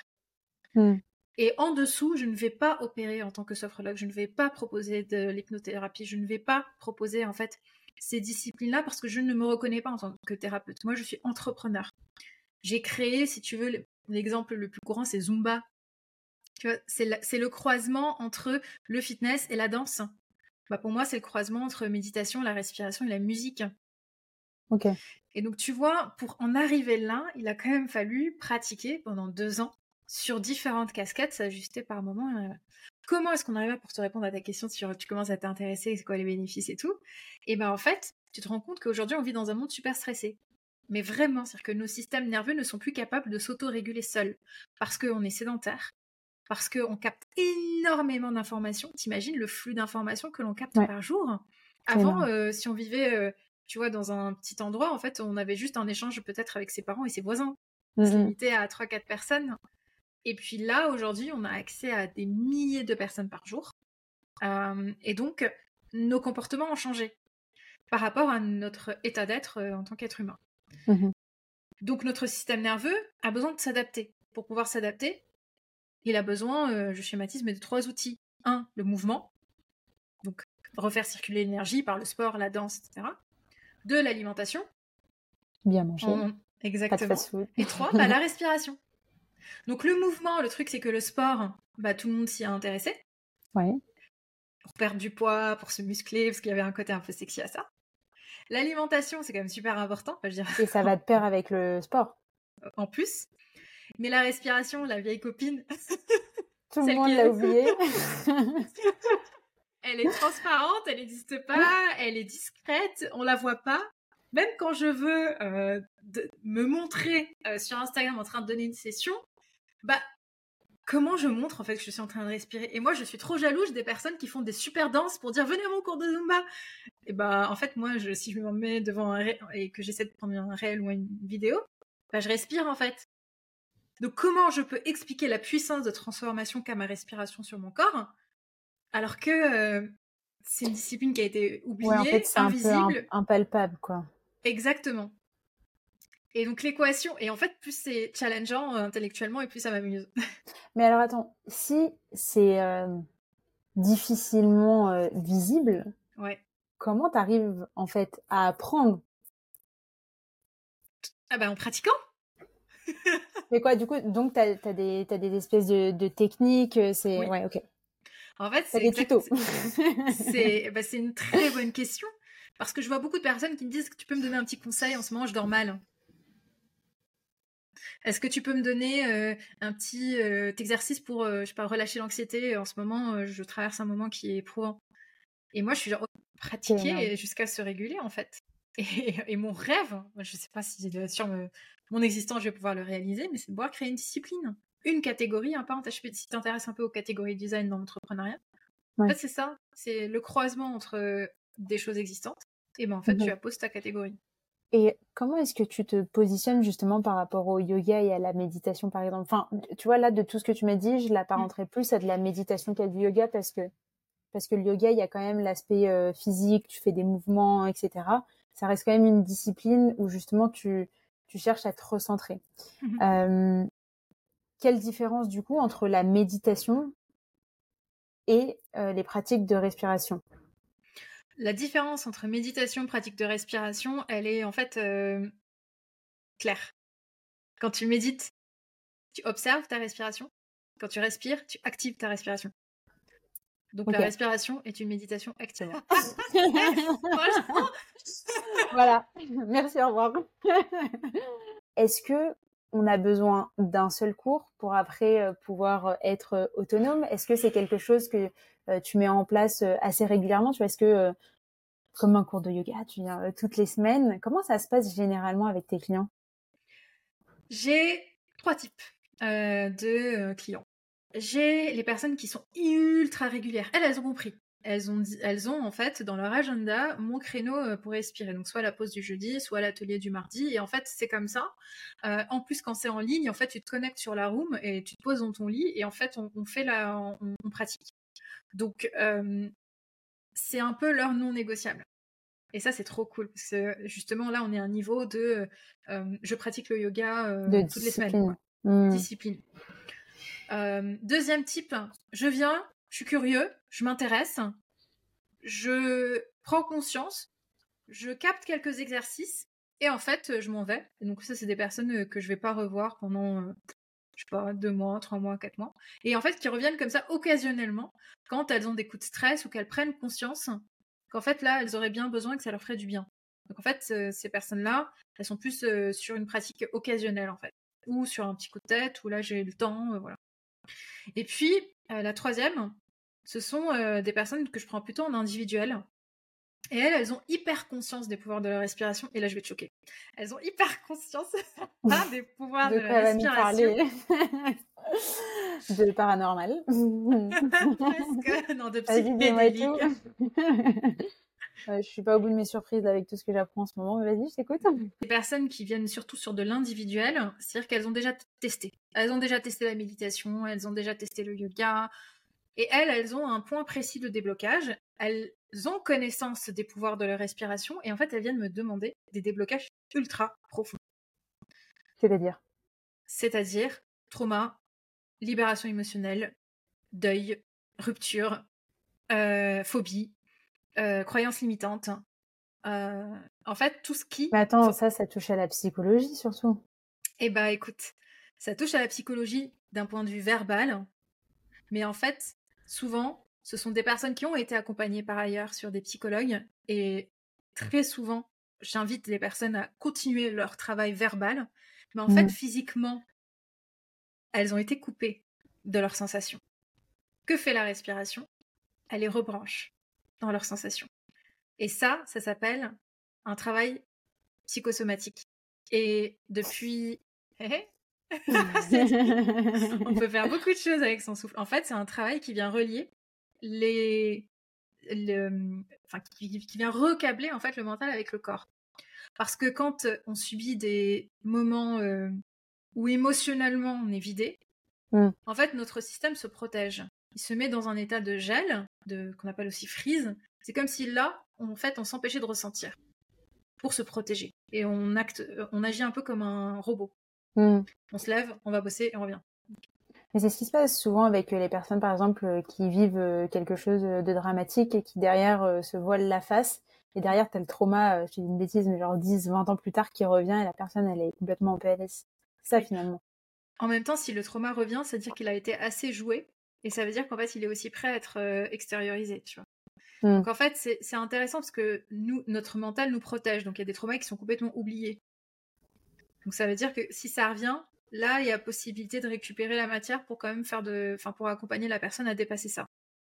Et en dessous, je ne vais pas opérer en tant que sophrologue, je ne vais pas proposer de l'hypnothérapie, je ne vais pas proposer en fait ces disciplines-là parce que je ne me reconnais pas en tant que thérapeute. Moi, je suis entrepreneur. J'ai créé, si tu veux, l'exemple le plus courant, c'est Zumba. Tu vois, c'est le croisement entre le fitness et la danse. Pour moi, c'est le croisement entre méditation, la respiration et la musique. Ok. Et donc, tu vois, pour en arriver là, il a quand même fallu pratiquer pendant 2 ans sur différentes casquettes, s'ajuster par moment. Comment est-ce qu'on arrive pour te répondre à ta question sur tu commences à t'intéresser, c'est quoi les bénéfices et tout? Et en fait, tu te rends compte qu'aujourd'hui, on vit dans un monde super stressé. Mais vraiment, c'est-à-dire que nos systèmes nerveux ne sont plus capables de s'auto-réguler seuls. Parce qu'on est sédentaire, parce qu'on capte énormément d'informations. T'imagines le flux d'informations que l'on capte par jour? Avant, si on vivait... tu vois, dans un petit endroit, en fait, on avait juste un échange peut-être avec ses parents et ses voisins. On se limitait à 3-4 personnes. Et puis là, aujourd'hui, on a accès à des milliers de personnes par jour. Et donc, nos comportements ont changé. par rapport à notre état d'être en tant qu'être humain. Donc notre système nerveux a besoin de s'adapter. Pour pouvoir s'adapter, il a besoin, je schématise, mais de 3 outils. 1, le mouvement, donc refaire circuler l'énergie par le sport, la danse, etc. 2, l'alimentation. Bien manger. Exactement. Pas de fast-food. Et 3, la respiration. Donc le mouvement, le truc c'est que le sport, tout le monde s'y a intéressé. Ouais. Pour perdre du poids, pour se muscler, parce qu'il y avait un côté un peu sexy à ça. L'alimentation, c'est quand même super important. Je veux dire. Et ça va de pair avec le sport. En plus. Mais la respiration, la vieille copine. Tout le monde l'a oublié. Elle est transparente, elle n'existe pas, elle est discrète, on la voit pas. Même quand je veux me montrer sur Instagram en train de donner une session, comment je montre en fait que je suis en train de respirer? Et moi, je suis trop jalouse des personnes qui font des super danses pour dire venez à mon cours de Zumba. Et en fait, moi, si je me mets devant un et que j'essaie de prendre un réel ou une vidéo, je respire en fait. Donc, comment je peux expliquer la puissance de transformation qu'a ma respiration sur mon corps, alors que c'est une discipline qui a été oubliée, ouais, en fait, c'est invisible. Un peu impalpable, quoi. Exactement. Et donc l'équation, et en fait, plus c'est challengeant intellectuellement et plus ça m'amuse. Mais alors attends, si c'est difficilement visible, ouais. Comment t'arrives en fait à apprendre? En pratiquant. Mais quoi, du coup, donc t'as des espèces de techniques, c'est... Oui. Ouais, ok. En fait, c'est des tutos. C'est une très bonne question. Parce que je vois beaucoup de personnes qui me disent que tu peux me donner un petit conseil, en ce moment je dors mal. Est-ce que tu peux me donner un petit exercice pour, je sais pas, relâcher l'anxiété? En ce moment, je traverse un moment qui est éprouvant. Et moi, je suis genre, pratiquer jusqu'à se réguler, en fait. Et mon rêve, je sais pas si sur mon existence, je vais pouvoir le réaliser, mais c'est de pouvoir créer une discipline, une catégorie, un parenthèse. Si tu t'intéresses un peu aux catégories design dans l'entrepreneuriat, en fait, c'est ça. C'est le croisement entre des choses existantes. Et en fait, tu apposes ta catégorie. Et comment est-ce que tu te positionnes justement par rapport au yoga et à la méditation, par exemple? Enfin, tu vois, là, de tout ce que tu m'as dit, je l'apparenterais plus à de la méditation qu'à du yoga parce que le yoga, il y a quand même l'aspect physique, tu fais des mouvements, etc. Ça reste quand même une discipline où justement tu cherches à te recentrer. Quelle différence du coup entre la méditation et les pratiques de respiration? La différence entre méditation et pratique de respiration, elle est en fait claire. Quand tu médites, tu observes ta respiration. Quand tu respires, tu actives ta respiration. Donc la respiration est une méditation active. Voilà, merci, au revoir. Est-ce que on a besoin d'un seul cours pour après pouvoir être autonome? Est-ce que c'est quelque chose que tu mets en place assez régulièrement? Tu vois, est-ce que comme un cours de yoga, tu viens toutes les semaines? Comment ça se passe généralement avec tes clients? J'ai 3 types de clients. J'ai les personnes qui sont ultra régulières. Elles ont compris. Elles ont en fait dans leur agenda mon créneau pour respirer. Donc soit la pause du jeudi, soit l'atelier du mardi. Et en fait c'est comme ça. En plus quand c'est en ligne, en fait tu te connectes sur la room et tu te poses dans ton lit et en fait on fait on pratique. Donc c'est un peu leur non négociable. Et ça c'est trop cool parce que justement là on est à un niveau de je pratique le yoga toutes les semaines. Discipline. Deuxième type, je viens, je suis curieux, je m'intéresse, je prends conscience, je capte quelques exercices et en fait je m'en vais. Et donc ça c'est des personnes que je vais pas revoir pendant je sais pas 2 mois, 3 mois, 4 mois et en fait qui reviennent comme ça occasionnellement quand elles ont des coups de stress ou qu'elles prennent conscience qu'en fait là elles auraient bien besoin que ça leur ferait du bien. Donc en fait ces personnes-là elles sont plus sur une pratique occasionnelle en fait ou sur un petit coup de tête où là j'ai le temps voilà. Et puis, la troisième, ce sont des personnes que je prends plutôt en individuel. Et elles ont hyper conscience des pouvoirs de la respiration. Et là, je vais te choquer. Elles ont hyper conscience des pouvoirs de la respiration. De paranormal. Presque. Non, de psychédélique. Je suis pas au bout de mes surprises avec tout ce que j'apprends en ce moment, mais vas-y, je t'écoute. Des personnes qui viennent surtout sur de l'individuel, c'est-à-dire qu'elles ont déjà testé. Elles ont déjà testé la méditation, elles ont déjà testé le yoga, Et elles ont un point précis de déblocage. Elles ont connaissance des pouvoirs de leur respiration. Et en fait, elles viennent me demander des déblocages ultra profonds. C'est-à-dire trauma, libération émotionnelle, deuil, rupture, phobie, croyances limitantes. En fait, tout ce qui... Mais attends, ça touche à la psychologie surtout. Eh ben, écoute, ça touche à la psychologie d'un point de vue verbal, mais en fait, souvent, ce sont des personnes qui ont été accompagnées par ailleurs sur des psychologues, et très souvent, j'invite les personnes à continuer leur travail verbal, mais en fait, physiquement, elles ont été coupées de leurs sensations. Que fait la respiration ? Elle les rebranche dans leurs sensations. Et ça s'appelle un travail psychosomatique. Et depuis... on peut faire beaucoup de choses avec son souffle. En fait, c'est un travail qui vient relier qui vient recabler en fait le mental avec le corps. Parce que quand on subit des moments où émotionnellement on est vidé, en fait notre système se protège. Il se met dans un état de gel, qu'on appelle aussi freeze. C'est comme si là, en fait, on s'empêchait de ressentir pour se protéger. Et on agit un peu comme un robot. On se lève, on va bosser et on revient. Mais c'est ce qui se passe souvent avec les personnes, par exemple, qui vivent quelque chose de dramatique et qui derrière se voilent la face. Et derrière, t'as le trauma, je dis une bêtise, mais genre 10, 20 ans plus tard qui revient et la personne, elle est complètement en PLS. C'est ça, finalement. En même temps, si le trauma revient, ça veut dire qu'il a été assez joué. Et ça veut dire qu'en fait, il est aussi prêt à être extériorisé, tu vois. Donc en fait, c'est intéressant parce que notre mental nous protège. Donc il y a des traumas qui sont complètement oubliés. Donc ça veut dire que si ça revient, là, il y a possibilité de récupérer la matière pour quand même pour accompagner la personne à dépasser ça.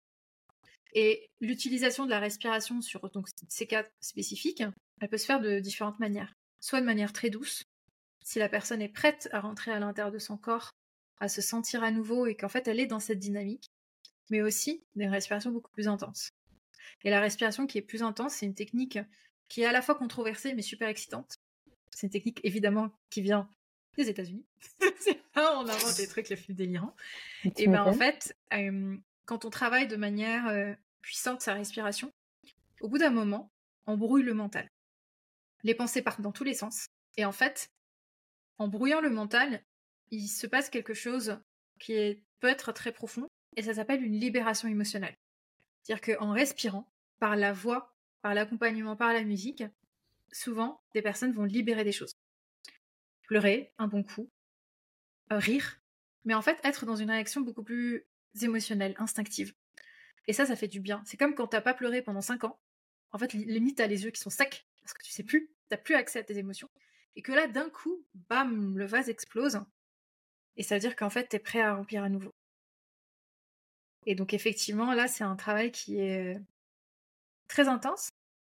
Et l'utilisation de la respiration sur donc, ces cas spécifiques, elle peut se faire de différentes manières. Soit de manière très douce, si la personne est prête à rentrer à l'intérieur de son corps, à se sentir à nouveau et qu'en fait elle est dans cette dynamique, mais aussi des respirations beaucoup plus intenses. Et la respiration qui est plus intense, c'est une technique qui est à la fois controversée mais super excitante. C'est une technique évidemment qui vient des États-Unis. C'est pas on invente des trucs les plus délirants. Et ben en fait, quand on travaille de manière puissante sa respiration, au bout d'un moment, on brouille le mental. Les pensées partent dans tous les sens. Et en fait, en brouillant le mental, il se passe quelque chose qui peut être très profond, et ça s'appelle une libération émotionnelle. C'est-à-dire qu'en respirant, par la voix, par l'accompagnement, par la musique, souvent, des personnes vont libérer des choses. Pleurer, un bon coup, rire, mais en fait, être dans une réaction beaucoup plus émotionnelle, instinctive. Et ça fait du bien. C'est comme quand t'as pas pleuré pendant 5 ans. En fait, limite, t'as les yeux qui sont secs, parce que tu sais plus, t'as plus accès à tes émotions. Et que là, d'un coup, bam, le vase explose. Et ça veut dire qu'en fait, t'es prêt à remplir à nouveau. Et donc, effectivement, là, c'est un travail qui est très intense,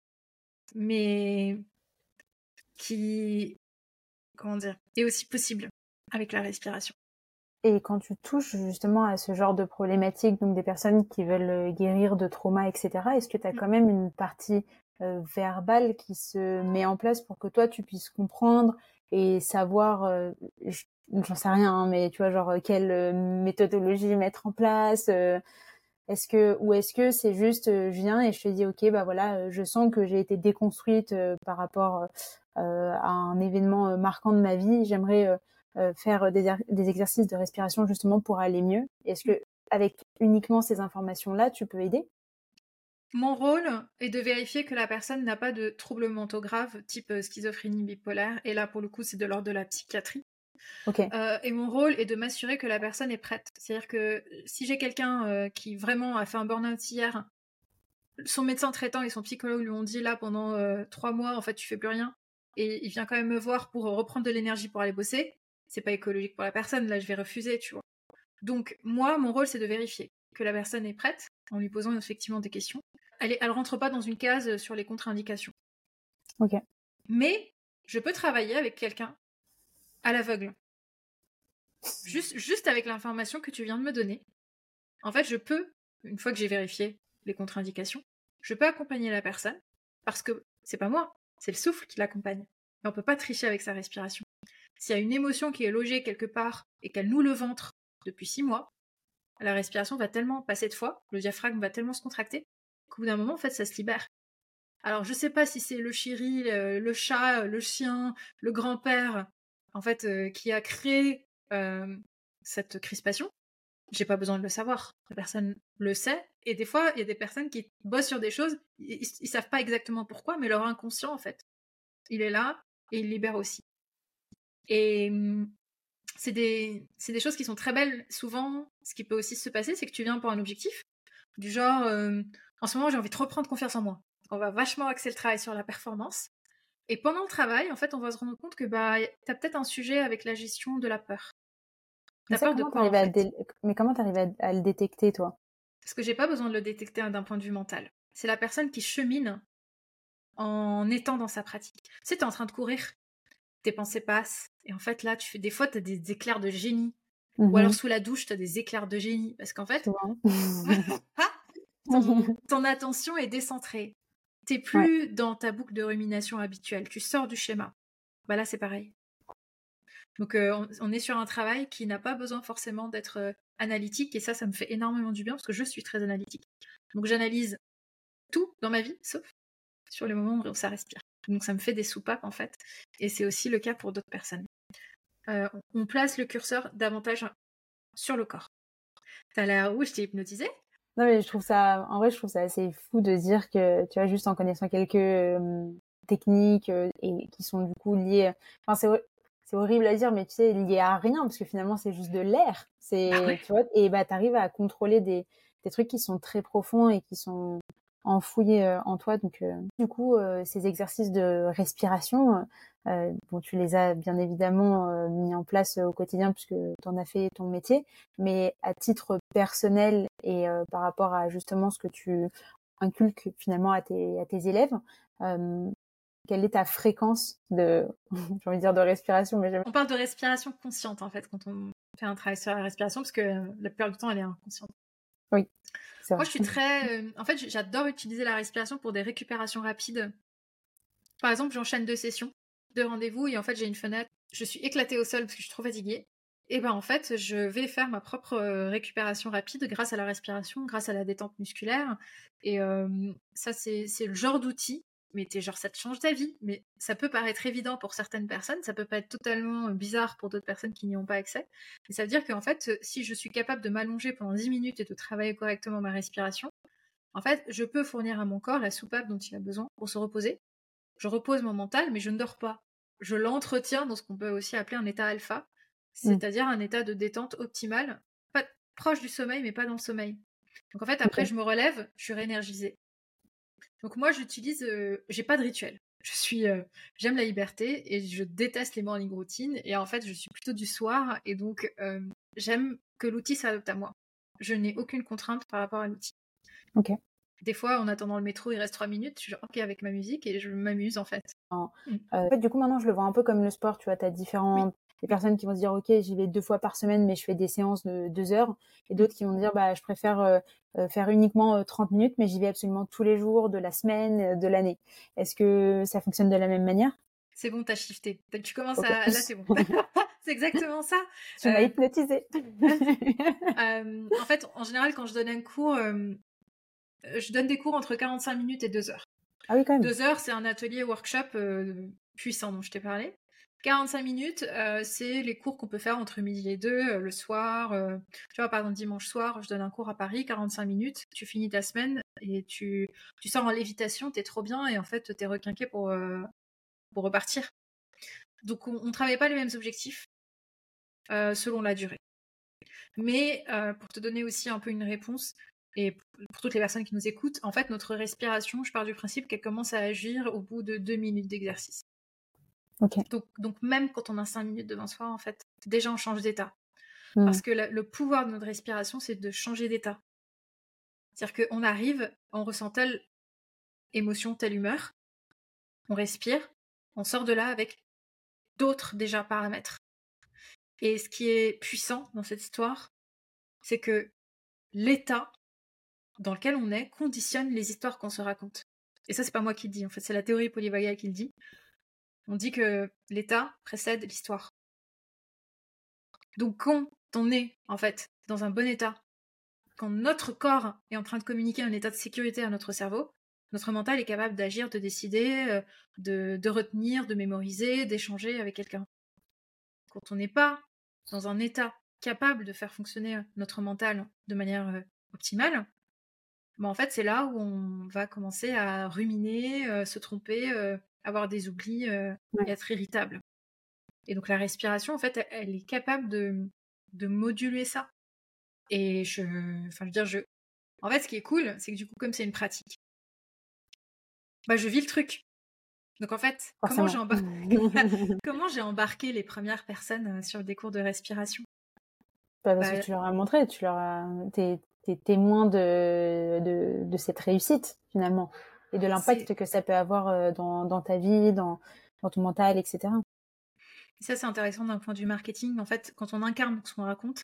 mais qui, est aussi possible avec la respiration. Et quand tu touches justement à ce genre de problématiques, donc des personnes qui veulent guérir de trauma, etc., est-ce que tu as quand même une partie verbale qui se met en place pour que toi, tu puisses comprendre et savoir, j'en sais rien, hein, mais tu vois, genre, quelle méthodologie mettre en place est-ce que c'est juste, je viens et je te dis, ok, bah voilà, je sens que j'ai été déconstruite par rapport à un événement marquant de ma vie, j'aimerais faire des exercices de respiration justement pour aller mieux. Est-ce que avec uniquement ces informations-là, tu peux aider ? Mon rôle est de vérifier que la personne n'a pas de troubles mentaux graves, type schizophrénie bipolaire, et là pour le coup c'est de l'ordre de la psychiatrie. Okay. Et mon rôle est de m'assurer que la personne est prête. C'est-à-dire que si j'ai quelqu'un qui vraiment a fait un burn-out hier, son médecin traitant et son psychologue lui ont dit là pendant 3 mois en fait tu fais plus rien, et il vient quand même me voir pour reprendre de l'énergie pour aller bosser, c'est pas écologique pour la personne, là je vais refuser, tu vois. Donc moi mon rôle c'est de vérifier que la personne est prête en lui posant effectivement des questions. Elle rentre pas dans une case sur les contre-indications. Ok. Mais je peux travailler avec quelqu'un à l'aveugle. Juste avec l'information que tu viens de me donner. En fait, je peux, une fois que j'ai vérifié les contre-indications, je peux accompagner la personne parce que c'est pas moi, c'est le souffle qui l'accompagne. Mais on peut pas tricher avec sa respiration. S'il y a une émotion qui est logée quelque part et qu'elle noue le ventre depuis 6 mois, la respiration va tellement passer de fois, le diaphragme va tellement se contracter, qu'au bout d'un moment, en fait, ça se libère. Alors, je sais pas si c'est le chéri, le chat, le chien, le grand-père, en fait, qui a créé cette crispation. J'ai pas besoin de le savoir. La personne le sait. Et des fois, il y a des personnes qui bossent sur des choses, ils savent pas exactement pourquoi, mais leur inconscient, en fait, il est là et il libère aussi. Et c'est des choses qui sont très belles. Souvent, ce qui peut aussi se passer, c'est que tu viens pour un objectif, du genre, en ce moment, j'ai envie de reprendre confiance en moi. On va vachement axer le travail sur la performance. Et pendant le travail, en fait, on va se rendre compte que t'as peut-être un sujet avec la gestion de la peur. Mais T'as peur de quoi, en fait? Mais comment t'arrives à le détecter, toi? Parce que j'ai pas besoin de le détecter d'un point de vue mental. C'est la personne qui chemine en étant dans sa pratique. Tu sais, t'es en train de courir, tes pensées passent, et en fait, là, des fois, t'as des éclairs de génie. Ou alors, sous la douche, t'as des éclairs de génie. Parce qu'en fait, ton attention est décentrée. T'es plus dans ta boucle de rumination habituelle. Tu sors du schéma. Bah là, c'est pareil. Donc, on est sur un travail qui n'a pas besoin forcément d'être analytique. Et ça me fait énormément du bien parce que je suis très analytique. Donc, j'analyse tout dans ma vie, sauf sur les moments où ça respire. Donc, ça me fait des soupapes, en fait. Et c'est aussi le cas pour d'autres personnes. On place le curseur davantage sur le corps. T'as l'air où je t'ai hypnotisé? Non, mais je trouve ça assez fou de dire que, tu vois, juste en connaissant quelques techniques et qui sont du coup liées. Enfin, c'est horrible à dire, mais tu sais, liées à rien, parce que finalement, c'est juste de l'air. Tu vois, et t'arrives à contrôler des trucs qui sont très profonds et qui sont enfouis en toi. Donc, du coup, ces exercices de respiration, bon, tu les as bien évidemment mis en place au quotidien puisque tu en as fait ton métier, mais à titre personnel et par rapport à justement ce que tu inculques finalement à tes élèves, quelle est ta fréquence de, j'ai envie de dire de respiration, mais on parle de respiration consciente en fait quand on fait un travail sur la respiration parce que la plupart du temps elle est inconsciente. Oui. Moi je suis très, en fait j'adore utiliser la respiration pour des récupérations rapides. Par exemple j'enchaîne 2 sessions, 2 rendez-vous et en fait j'ai une fenêtre, je suis éclatée au sol parce que je suis trop fatiguée. Et ben en fait je vais faire ma propre récupération rapide grâce à la respiration, grâce à la détente musculaire. Et ça c'est le genre d'outil. Mais ça te change ta vie. Mais ça peut paraître évident pour certaines personnes, ça peut pas être totalement bizarre pour d'autres personnes qui n'y ont pas accès. Et ça veut dire qu'en fait, si je suis capable de m'allonger pendant 10 minutes et de travailler correctement ma respiration, en fait, je peux fournir à mon corps la soupape dont il a besoin pour se reposer. Je repose mon mental, mais je ne dors pas. Je l'entretiens dans ce qu'on peut aussi appeler un état alpha, c'est-à-dire un état de détente optimale, pas proche du sommeil, mais pas dans le sommeil. Donc en fait, après, je me relève, je suis réénergisée. Donc moi, j'ai pas de rituel. J'aime la liberté et je déteste les morning routines. Et en fait, je suis plutôt du soir et donc j'aime que l'outil s'adapte à moi. Je n'ai aucune contrainte par rapport à l'outil. Ok. Des fois, en attendant le métro, il reste 3 minutes, je suis genre, ok avec ma musique et je m'amuse en fait. En fait, du coup, maintenant, je le vois un peu comme le sport. Tu vois, t'as différentes des personnes qui vont se dire, ok, j'y vais 2 fois par semaine, mais je fais des séances de 2 heures. Et d'autres qui vont dire, bah, je préfère faire uniquement 30 minutes, mais j'y vais absolument tous les jours de la semaine, de l'année. Est-ce que ça fonctionne de la même manière? C'est bon, t'as shifté. Tu commences à... Là, c'est bon. C'est exactement ça. Tu m'as hypnotisée. En fait, en général, quand je donne un cours, je donne des cours entre 45 minutes et 2 heures. Ah oui, quand même. 2 heures, c'est un atelier workshop puissant dont je t'ai parlé. 45 minutes, c'est les cours qu'on peut faire entre midi et 2, le soir. Tu vois, par exemple, dimanche soir, je donne un cours à Paris, 45 minutes, tu finis ta semaine et tu sors en lévitation, t'es trop bien et en fait, t'es requinqué pour repartir. Donc, on ne travaille pas les mêmes objectifs selon la durée. Mais pour te donner aussi un peu une réponse, et pour toutes les personnes qui nous écoutent, en fait, notre respiration, je pars du principe qu'elle commence à agir au bout de 2 minutes d'exercice. Okay. Donc même quand on a 5 minutes devant soi, en fait, déjà on change d'état. Parce que le pouvoir de notre respiration, c'est de changer d'état. C'est-à-dire qu'on arrive, on ressent telle émotion, telle humeur, on respire, on sort de là avec d'autres déjà paramètres. Et ce qui est puissant dans cette histoire, c'est que l'état dans lequel on est conditionne les histoires qu'on se raconte. Et ça, c'est pas moi qui le dis, en fait, c'est la théorie polyvagale qui le dit. On dit que l'état précède l'histoire. Donc quand on est, en fait, dans un bon état, quand notre corps est en train de communiquer un état de sécurité à notre cerveau, notre mental est capable d'agir, de décider, de retenir, de mémoriser, d'échanger avec quelqu'un. Quand on n'est pas dans un état capable de faire fonctionner notre mental de manière optimale, en fait, c'est là où on va commencer à ruminer, se tromper, avoir des oublis et être irritable. Et donc la respiration, en fait, elle est capable de moduler ça. Et en fait, ce qui est cool, c'est que du coup, comme c'est une pratique, je vis le truc. Donc en fait, comment j'ai embarqué les premières personnes sur des cours de respiration? Parce que tu leur as montré, t'es témoin de cette réussite finalement et de l'impact que ça peut avoir dans ta vie, dans ton mental, etc. Ça, c'est intéressant d'un point de vue marketing. En fait, quand on incarne ce qu'on raconte,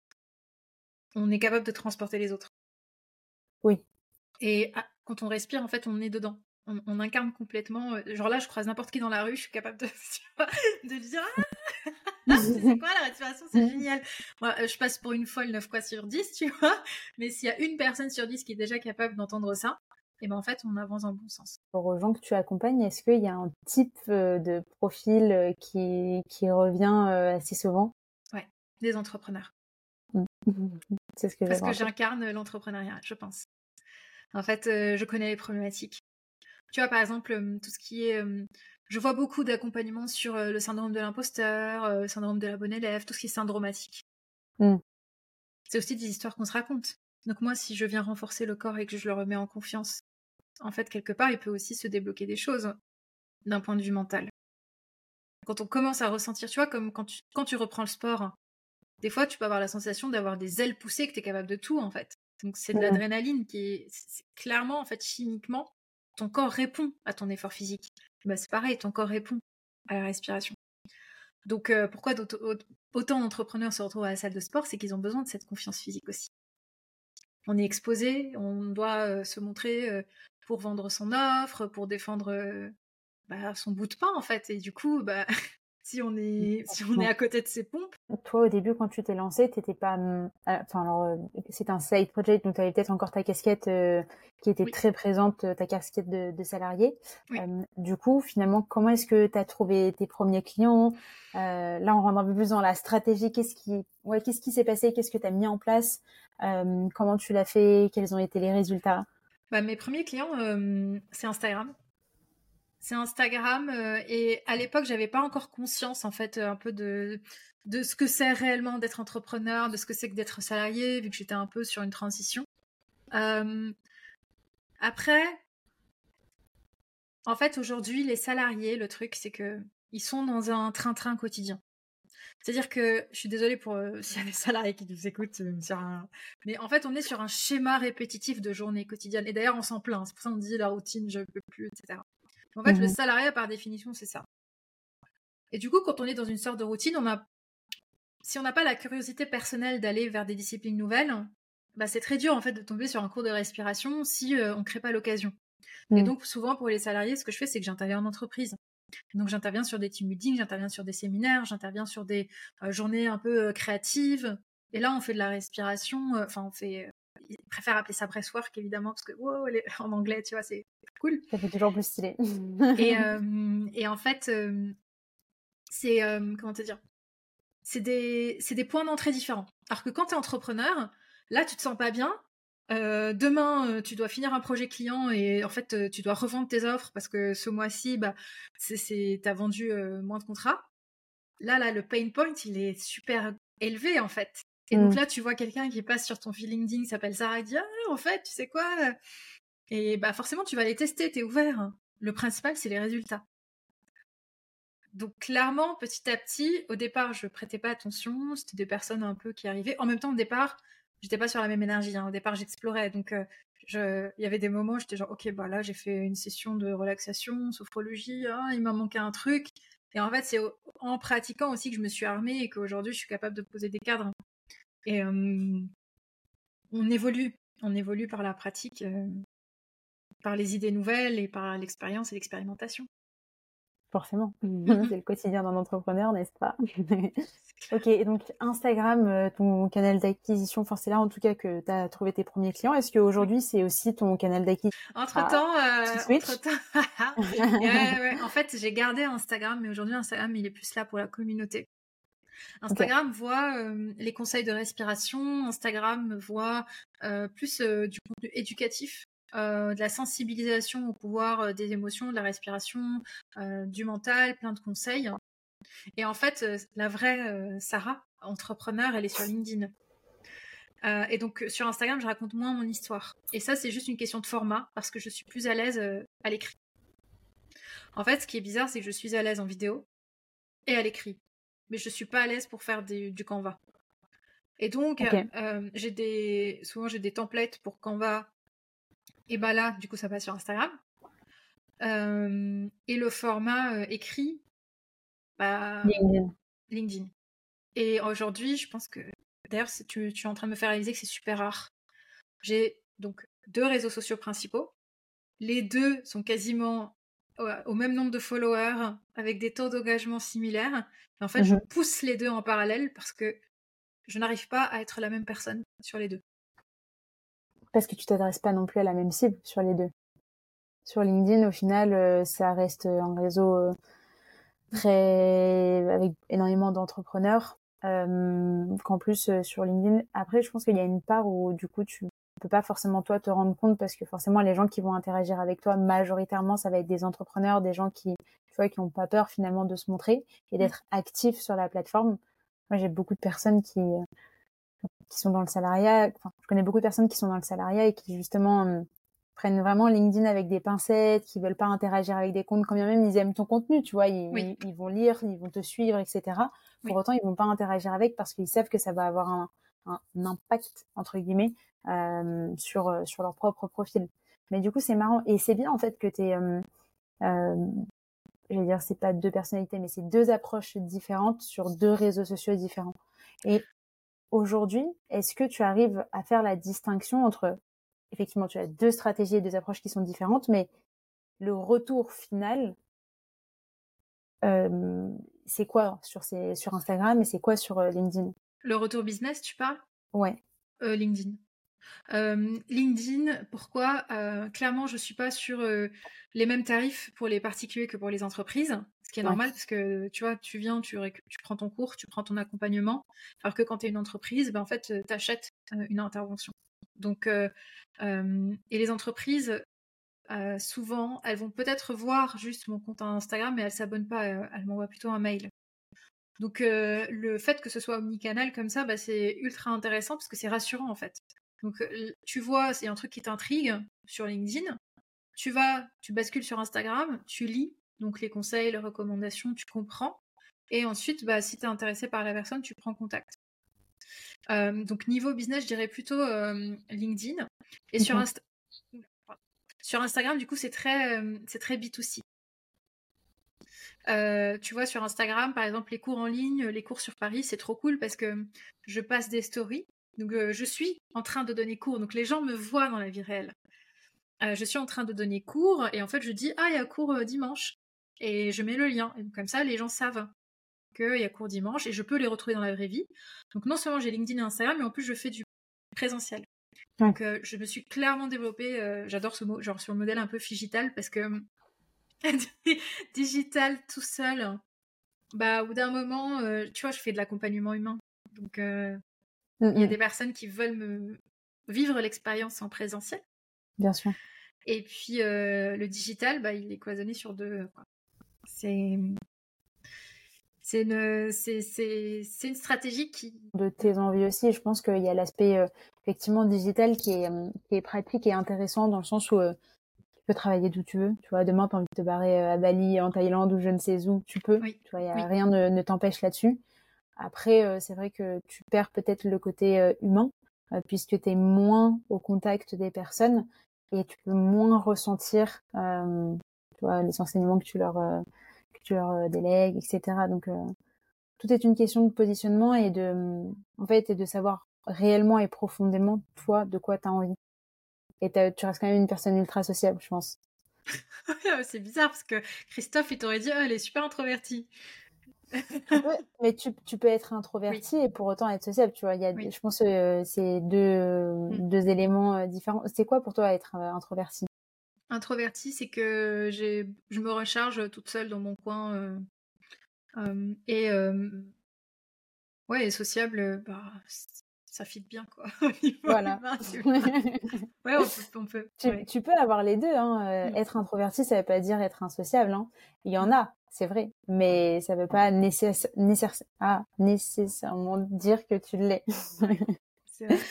on est capable de transporter les autres. Oui. Et quand on respire, en fait, on est dedans. On incarne complètement. Genre là, je croise n'importe qui dans la rue, je suis capable de lui dire c'est quoi la respiration, c'est génial. Moi, je passe pour une folle 9 fois sur 10, tu vois. Mais s'il y a une personne sur 10 qui est déjà capable d'entendre ça, et en fait, on avance dans le bon sens. Pour aux gens que tu accompagnes, est-ce qu'il y a un type de profil qui revient assez souvent? Ouais, des entrepreneurs. C'est ce que parce que j'incarne l'entrepreneuriat, je pense. En fait, je connais les problématiques. Tu vois, par exemple, tout ce qui est... je vois beaucoup d'accompagnement sur le syndrome de l'imposteur, le syndrome de la bonne élève, tout ce qui est syndromatique. C'est aussi des histoires qu'on se raconte. Donc moi, si je viens renforcer le corps et que je le remets en confiance, en fait, quelque part, il peut aussi se débloquer des choses d'un point de vue mental. Quand on commence à ressentir, tu vois, comme quand tu reprends le sport, des fois, tu peux avoir la sensation d'avoir des ailes poussées, que tu es capable de tout, en fait. Donc c'est de l'adrénaline qui est clairement, en fait, chimiquement, ton corps répond à ton effort physique. C'est pareil, ton corps répond à la respiration. Donc pourquoi autant d'entrepreneurs se retrouvent à la salle de sport, c'est qu'ils ont besoin de cette confiance physique aussi. On est exposé, on doit se montrer pour vendre son offre, pour défendre son bout de pain, en fait. Et du coup, si on est à côté de ces pompes. Toi, au début, quand tu t'es lancée, t'étais pas... c'est un side project, donc tu avais peut-être encore ta casquette qui était très présente, ta casquette de salarié. Oui. Du coup, finalement, comment est-ce que tu as trouvé tes premiers clients? Là, on rentre un peu plus dans la stratégie. Qu'est-ce qui s'est passé? Qu'est-ce que tu as mis en place? Comment tu l'as fait? Quels ont été les résultats? Mes premiers clients, c'est Instagram. C'est Instagram et à l'époque, j'avais pas encore conscience en fait un peu de ce que c'est réellement d'être entrepreneur, de ce que c'est que d'être salarié, vu que j'étais un peu sur une transition. Après, en fait, aujourd'hui, les salariés, le truc, c'est que ils sont dans un train-train quotidien. C'est-à-dire que, je suis désolée pour s'il y a des salariés qui nous écoutent, mais en fait, on est sur un schéma répétitif de journée quotidienne. Et d'ailleurs, on s'en plaint. C'est pour ça qu'on dit la routine, je peux plus, etc. En fait, le salariat, par définition, c'est ça. Et du coup, quand on est dans une sorte de routine, si on n'a pas la curiosité personnelle d'aller vers des disciplines nouvelles, c'est très dur en fait de tomber sur un cours de respiration si on ne crée pas l'occasion. Et donc, souvent, pour les salariés, ce que je fais, c'est que j'interviens en entreprise. Donc, j'interviens sur des team building, j'interviens sur des séminaires, j'interviens sur des journées un peu créatives. Et là, on fait de la respiration. Ils préfèrent appeler ça breathwork, évidemment, parce que en anglais, tu vois, c'est cool. Ça fait toujours plus stylé. Et en fait, c'est comment te dire, c'est des points d'entrée différents. Alors que quand tu es entrepreneur, là, tu te sens pas bien. Demain, tu dois finir un projet client et en fait, tu dois revendre tes offres parce que ce mois-ci, t'as vendu moins de contrats. Là, le pain point, il est super élevé en fait. Et donc là, tu vois quelqu'un qui passe sur ton fil LinkedIn, qui s'appelle Sarah, et dit en fait, tu sais quoi? Et forcément, tu vas les tester, t'es ouvert. Le principal, c'est les résultats. Donc clairement, petit à petit, au départ, je prêtais pas attention. C'était des personnes un peu qui arrivaient. En même temps, au départ, j'étais pas sur la même énergie. Au départ, j'explorais. Donc il y avait des moments où j'étais genre, ok, là, j'ai fait une session de relaxation, sophrologie. Il m'a manqué un truc. Et en fait, c'est en pratiquant aussi que je me suis armée et qu'aujourd'hui, je suis capable de poser des cadres. Et on évolue par la pratique, par les idées nouvelles et par l'expérience et l'expérimentation. Je Forcément. C'est le quotidien d'un entrepreneur, n'est-ce pas? Ok, et donc Instagram, ton canal d'acquisition, enfin c'est là en tout cas que tu as trouvé tes premiers clients. Est-ce qu'aujourd'hui c'est aussi ton canal d'acquisition? Entre-temps, Petit switch. ouais. En fait, j'ai gardé Instagram, mais aujourd'hui, Instagram, il est plus là pour la communauté. Instagram voit les conseils de respiration, Instagram voit plus du contenu éducatif, de la sensibilisation au pouvoir des émotions, de la respiration, du mental, plein de conseils. Et en fait, la vraie Sarah, entrepreneur, elle est sur LinkedIn. Et donc sur Instagram, je raconte moins mon histoire. Et ça, c'est juste une question de format, parce que je suis plus à l'aise à l'écrit. En fait, ce qui est bizarre, c'est que je suis à l'aise en vidéo et à l'écrit. Mais je suis pas à l'aise pour faire du Canva. Et donc, souvent j'ai des templates pour Canva. Et bah là, du coup, ça passe sur Instagram. Et le format écrit, bah, LinkedIn. Et aujourd'hui, je pense que, d'ailleurs, tu es en train de me faire réaliser que c'est super rare. J'ai donc 2 réseaux sociaux principaux. Les 2 sont quasiment au même nombre de followers, avec des taux d'engagement similaires. Et en fait, je pousse les 2 en parallèle parce que je n'arrive pas à être la même personne sur les 2. Parce que tu t'adresses pas non plus à la même cible sur les 2. Sur LinkedIn, au final, ça reste un réseau avec énormément d'entrepreneurs. Qu'en plus, sur LinkedIn, après, je pense qu'il y a une part où, du coup, tu peux pas forcément, toi, te rendre compte parce que forcément, les gens qui vont interagir avec toi, majoritairement, ça va être des entrepreneurs, des gens qui, tu vois, qui ont pas peur, finalement, de se montrer et d'être actifs sur la plateforme. Moi, j'ai beaucoup de personnes qui sont dans le salariat. Enfin, je connais beaucoup de personnes qui sont dans le salariat et qui, justement, prennent vraiment LinkedIn avec des pincettes, qui veulent pas interagir avec des comptes, quand bien même ils aiment ton contenu, tu vois, ils vont lire, ils vont te suivre, etc. Pour autant, ils vont pas interagir avec parce qu'ils savent que ça va avoir un impact, entre guillemets, sur leur propre profil. Mais du coup, c'est marrant. Et c'est bien, en fait, que t'aies, je vais dire, c'est pas 2 personnalités, mais c'est 2 approches différentes sur 2 réseaux sociaux différents. Et aujourd'hui, est-ce que tu arrives à faire la distinction entre, effectivement, tu as 2 stratégies et 2 approches qui sont différentes, mais le retour final, c'est quoi sur Instagram et c'est quoi sur LinkedIn? Le retour business, tu parles? Ouais. LinkedIn. LinkedIn, pourquoi? Clairement, je suis pas sur les mêmes tarifs pour les particuliers que pour les entreprises, ce qui est normal parce que tu vois, tu viens, tu prends ton cours, tu prends ton accompagnement, alors que quand tu es une entreprise, ben, en fait, tu achètes une intervention. Donc, et les entreprises, souvent, elles vont peut-être voir juste mon compte Instagram, mais elles s'abonnent pas, elles m'envoient plutôt un mail. Donc, le fait que ce soit omnicanal comme ça, bah, c'est ultra intéressant parce que c'est rassurant en fait. Donc, tu vois, c'est un truc qui t'intrigue sur LinkedIn. Tu bascules sur Instagram, tu lis donc les conseils, les recommandations, tu comprends. Et ensuite, bah, si tu es intéressé par la personne, tu prends contact. Donc, niveau business, je dirais plutôt LinkedIn. Et sur Instagram, du coup, c'est très B2C. Tu vois, sur Instagram, par exemple, les cours en ligne, les cours sur Paris, c'est trop cool parce que je passe des stories. Donc, je suis en train de donner cours. Donc, les gens me voient dans la vie réelle. Je suis en train de donner cours et en fait, je dis « Ah, il y a cours dimanche ». Et je mets le lien. Et donc, comme ça, les gens savent qu'il y a cours dimanche et je peux les retrouver dans la vraie vie. Donc, non seulement j'ai LinkedIn et Instagram, mais en plus, je fais du présentiel. Donc, je me suis clairement développée, j'adore ce mot, genre sur le modèle un peu figital parce que digital tout seul, bah au bout d'un moment, tu vois, je fais de l'accompagnement humain. Donc, il y a des personnes qui veulent me vivre l'expérience en présentiel. Bien sûr. Et puis, le digital, bah, il est cloisonné sur 2. Quoi. C'est une stratégie qui... De tes envies aussi, je pense qu'il y a l'aspect effectivement digital qui est pratique et intéressant dans le sens où tu peux travailler d'où tu veux. Tu vois, demain, tu as envie de te barrer à Bali, en Thaïlande ou je ne sais où, tu peux. Oui. Tu vois, rien ne t'empêche là-dessus. Après, c'est vrai que tu perds peut-être le côté humain puisque tu es moins au contact des personnes et tu peux moins ressentir tu vois, les enseignements que tu leur délègues, etc. Donc, tout est une question de positionnement et en fait, et de savoir réellement et profondément, toi, de quoi tu as envie. Et tu restes quand même une personne ultra sociable, je pense. C'est bizarre parce que Christophe, il t'aurait dit, elle est super introvertie. Ouais, mais tu peux être introverti et pour autant être sociable, tu vois. Oui. Je pense que c'est deux éléments différents. C'est quoi pour toi être introverti? Introvertie, c'est que je me recharge toute seule dans mon coin. Et ouais, et sociable, bah, ça fit bien, quoi. Au niveau Voilà. humain, tu vois. Ouais, on peut. Ouais. Tu peux avoir les deux, hein. Être introverti, ça veut pas dire être insociable, hein. Il y en a, c'est vrai, mais ça veut pas nécessairement dire que tu l'es. C'est vrai.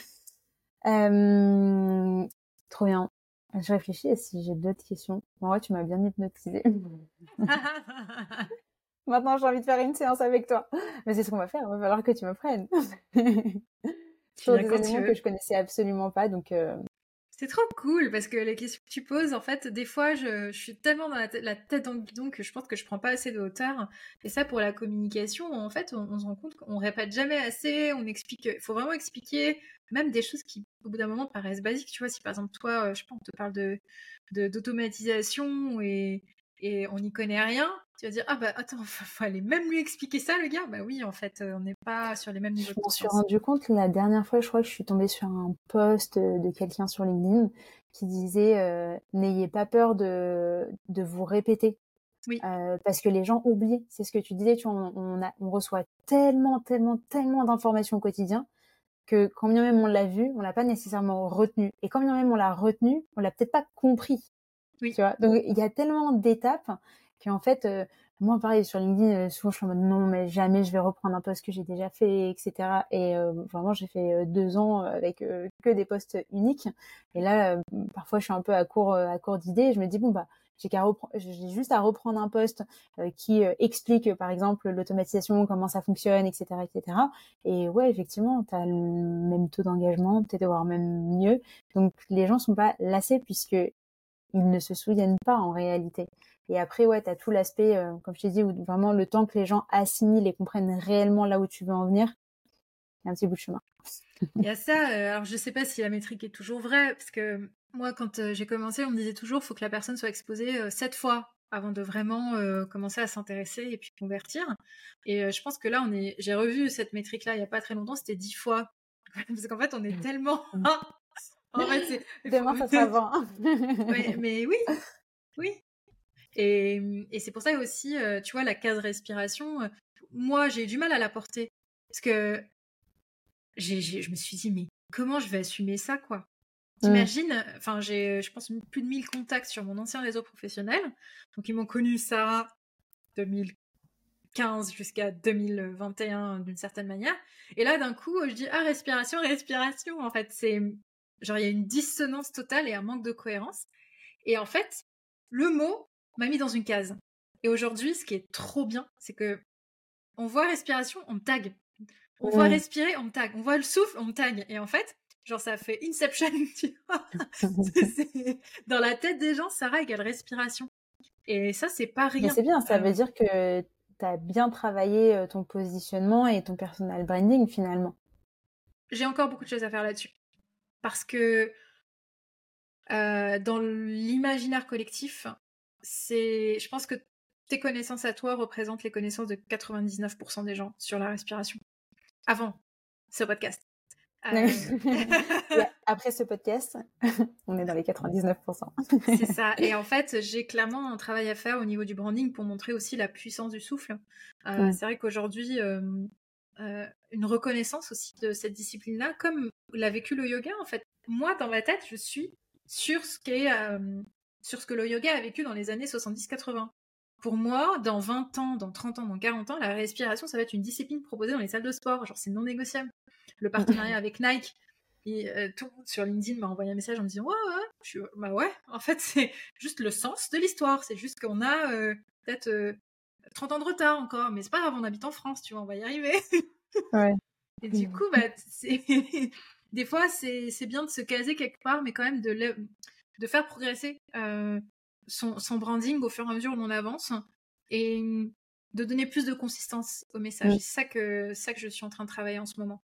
Trop bien. Je réfléchis à si j'ai d'autres questions. En vrai, tu m'as bien hypnotisée. Maintenant, j'ai envie de faire une séance avec toi. Mais c'est ce qu'on va faire. Il va falloir que tu me prennes. Tu Sur viens des quand tu éléments veux. que je connaissais absolument pas. Donc, C'est trop cool parce que les questions que tu poses, en fait, des fois, je suis tellement dans la tête dans le guidon que je pense que je prends pas assez de hauteur. Et ça, pour la communication, en fait, on se rend compte qu'on répète jamais assez, on explique, il faut vraiment expliquer même des choses qui, au bout d'un moment, paraissent basiques. Tu vois, si par exemple, toi, je sais pas, on te parle d'automatisation et on n'y connaît rien, tu vas dire, ah bah attends, faut aller même lui expliquer ça, le gars. Bah oui, en fait, on n'est pas sur les mêmes niveaux je de m'en suis conscience. rendu compte la dernière fois, je crois que je suis tombée sur un post de quelqu'un sur LinkedIn qui disait n'ayez pas peur de vous répéter. Oui. Parce que les gens oublient. C'est ce que tu disais, tu vois, on reçoit tellement d'informations au quotidien que quand bien même on l'a vu, on l'a pas nécessairement retenu. Et quand bien même on l'a retenu, on l'a peut-être pas compris. Oui. Tu vois. Donc il y a tellement d'étapes qu'en fait, moi pareil sur LinkedIn, souvent je suis en mode non mais jamais je vais reprendre un post que j'ai déjà fait, etc. Et vraiment j'ai fait 2 ans avec que des posts uniques. Et là, parfois je suis un peu à court d'idées. Je me dis bon bah j'ai juste à reprendre un post qui explique par exemple l'automatisation, comment ça fonctionne, etc., etc. Et ouais, effectivement, t'as le même taux d'engagement, peut-être voire même mieux. Donc les gens sont pas lassés puisque ils ne se souviennent pas en réalité. Et après, ouais, t'as tout l'aspect, comme je t'ai dit, où vraiment le temps que les gens assimilent et comprennent réellement là où tu veux en venir, il y a un petit bout de chemin. Il y a ça, alors je sais pas si la métrique est toujours vraie, parce que moi, quand j'ai commencé, on me disait toujours faut que la personne soit exposée 7 fois avant de vraiment commencer à s'intéresser et puis convertir. Et je pense que là, j'ai revu cette métrique-là il y a pas très longtemps, c'était 10 fois. Parce qu'en fait, on est tellement... En fait, Demain, ça sera 20. Ouais, mais oui, oui. Et c'est pour ça aussi, tu vois, la case respiration, moi, j'ai eu du mal à la porter. Parce que je me suis dit, mais comment je vais assumer ça, quoi? T'imagines, enfin, j'ai, je pense, plus de 1000 contacts sur mon ancien réseau professionnel. Donc, ils m'ont connu Sarah 2015 jusqu'à 2021 d'une certaine manière. Et là, d'un coup, je dis, ah, respiration, respiration. En fait, c'est genre, il y a une dissonance totale et un manque de cohérence. Et en fait, le mot m'a mis dans une case. Et aujourd'hui, ce qui est trop bien, c'est que on voit respiration, on me tag. On voit respirer, on me tag. On voit le souffle, on me tag. Et en fait, genre, ça fait Inception, tu vois. Dans la tête des gens, Sarah égale respiration. Et ça, c'est pas Mais rien. c'est bien, ça veut dire que t'as bien travaillé ton positionnement et ton personal branding finalement. J'ai encore beaucoup de choses à faire là-dessus. Parce que dans l'imaginaire collectif, je pense que tes connaissances à toi représentent les connaissances de 99% des gens sur la respiration. Avant ce podcast. Et après ce podcast, on est dans les 99%. C'est ça. Et en fait, j'ai clairement un travail à faire au niveau du branding pour montrer aussi la puissance du souffle. C'est vrai qu'aujourd'hui, une reconnaissance aussi de cette discipline-là, comme l'a vécu le yoga, en fait. Moi, dans ma tête, je suis sur ce que le yoga a vécu dans les années 70-80. Pour moi, dans 20 ans, dans 30 ans, dans 40 ans, la respiration, ça va être une discipline proposée dans les salles de sport. Genre, c'est non négociable. Le partenariat avec Nike, et tout le monde sur LinkedIn m'a envoyé un message en me disant bah ouais, en fait, c'est juste le sens de l'histoire. C'est juste qu'on a peut-être 30 ans de retard encore, mais c'est pas grave, on habite en France, tu vois, on va y arriver. Ouais. Et du coup, bah, des fois, c'est bien de se caser quelque part, mais quand même de faire progresser son branding au fur et à mesure où on avance et de donner plus de consistance au message. C'est ça que je suis en train de travailler en ce moment.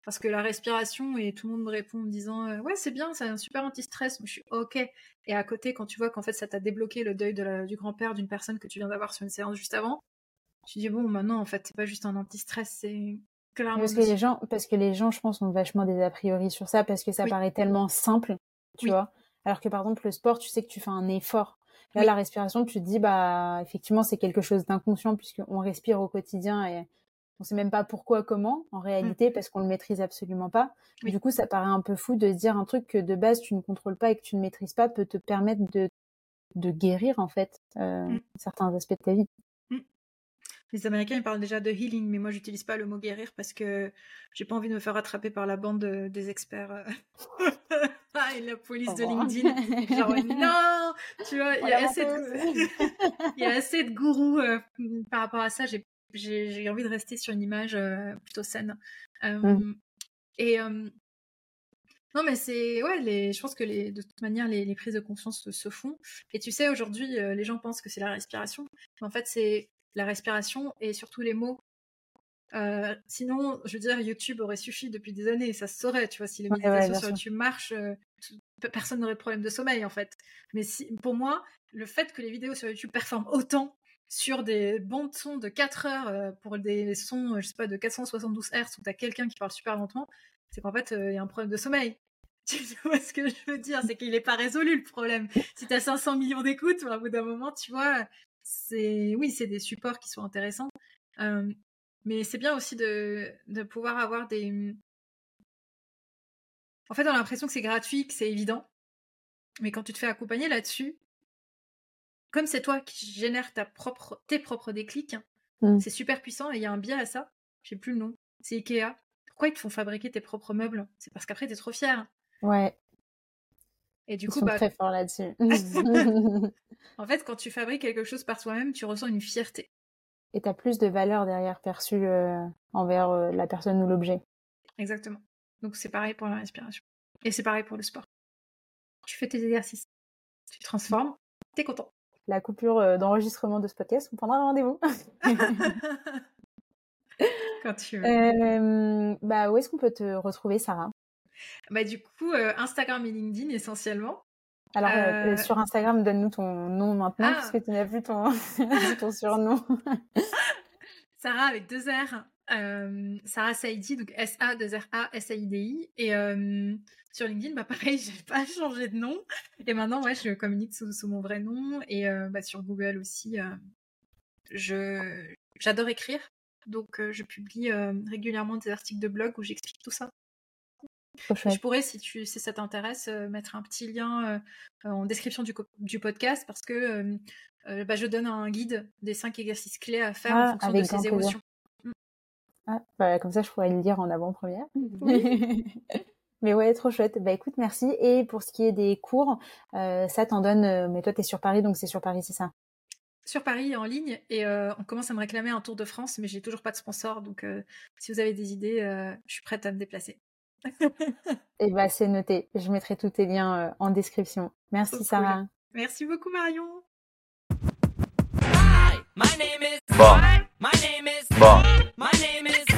Parce que la respiration, et tout le monde me répond en me disant ouais, c'est bien, c'est un super anti-stress. Mais je suis ok. Et à côté, quand tu vois qu'en fait, ça t'a débloqué le deuil du grand-père d'une personne que tu viens d'avoir sur une séance juste avant, tu dis bon, maintenant, en fait, c'est pas juste un anti-stress, c'est clairement. Parce que les gens, je pense, ont vachement des a priori sur ça parce que ça paraît tellement simple, tu vois. Alors que par exemple, le sport, tu sais que tu fais un effort. Là, la respiration, tu te dis, bah, effectivement, c'est quelque chose d'inconscient puisqu'on respire au quotidien et on sait même pas pourquoi, comment, en réalité, parce qu'on le maîtrise absolument pas. Du coup, ça paraît un peu fou de se dire un truc que de base, tu ne contrôles pas et que tu ne maîtrises pas peut te permettre de guérir, en fait, certains aspects de ta vie. Les Américains, ils parlent déjà de healing, mais moi, j'utilise pas le mot guérir parce que j'ai pas envie de me faire attraper par la bande des experts et la police de LinkedIn. Genre, non, tu vois, il y a assez de gourous par rapport à ça. J'ai envie de rester sur une image plutôt saine. Et non, mais c'est je pense que de toute manière les prises de conscience se font. Et tu sais, aujourd'hui, les gens pensent que c'est la respiration, mais en fait, c'est la respiration et surtout les mots. Sinon, je veux dire, YouTube aurait suffi depuis des années, ça se saurait, tu vois, si les méditations sur YouTube marchent, personne n'aurait de problème de sommeil, en fait. Mais pour moi, le fait que les vidéos sur YouTube performent autant sur des bandes son de 4 heures pour des sons, je sais pas, de 472 Hz où t'as quelqu'un qui parle super lentement, c'est qu'en fait, il y a un problème de sommeil. Tu vois ce que je veux dire? C'est qu'il n'est pas résolu, le problème. Si t'as 500 millions d'écoutes, au bout d'un moment, tu vois, c'est des supports qui sont intéressants. Mais c'est bien aussi de pouvoir avoir des... En fait, on a l'impression que c'est gratuit, que c'est évident. Mais quand tu te fais accompagner là-dessus, comme c'est toi qui génères tes propres déclics, c'est super puissant et il y a un biais à ça. Je sais plus le nom. C'est Ikea. Pourquoi ils te font fabriquer tes propres meubles? C'est parce qu'après, t'es trop fière. Ouais. Et du Ils coup, sont très forts là-dessus. En fait, quand tu fabriques quelque chose par toi-même, tu ressens une fierté. Et t'as plus de valeur derrière perçue envers la personne ou l'objet. Exactement. Donc c'est pareil pour la respiration. Et c'est pareil pour le sport. Tu fais tes exercices, tu te transformes, t'es content. La coupure d'enregistrement de ce podcast, on prendra un rendez-vous. Quand tu veux. Où est-ce qu'on peut te retrouver, Sarah? Du coup, Instagram et LinkedIn essentiellement. Alors, sur Instagram, donne-nous ton nom maintenant, puisque tu n'as plus ton surnom. Sarah avec 2 R. Sarah Saidi, donc S-A-2-R-A-S-A-I-D-I. Et sur LinkedIn, pareil, j'ai pas changé de nom. Et maintenant, je communique sous mon vrai nom. Et sur Google aussi, j'adore écrire. Donc, je publie régulièrement des articles de blog où j'explique tout ça. Je pourrais, si ça t'intéresse, mettre un petit lien en description du podcast parce que je donne un guide des 5 exercices clés à faire en fonction de ses émotions. Comme ça, je pourrais le lire en avant-première. Oui. Mais ouais, trop chouette. Écoute, merci. Et pour ce qui est des cours, ça t'en donne... mais toi, t'es sur Paris, donc c'est sur Paris, c'est ça? Sur Paris, en ligne. Et on commence à me réclamer un Tour de France, mais j'ai toujours pas de sponsor. Donc, si vous avez des idées, je suis prête à me déplacer. Et c'est noté. Je mettrai tous tes liens en description. Merci, Sarah. Cool. Merci beaucoup, Marion. Hi, my name is Bon. My name is Bon. My name is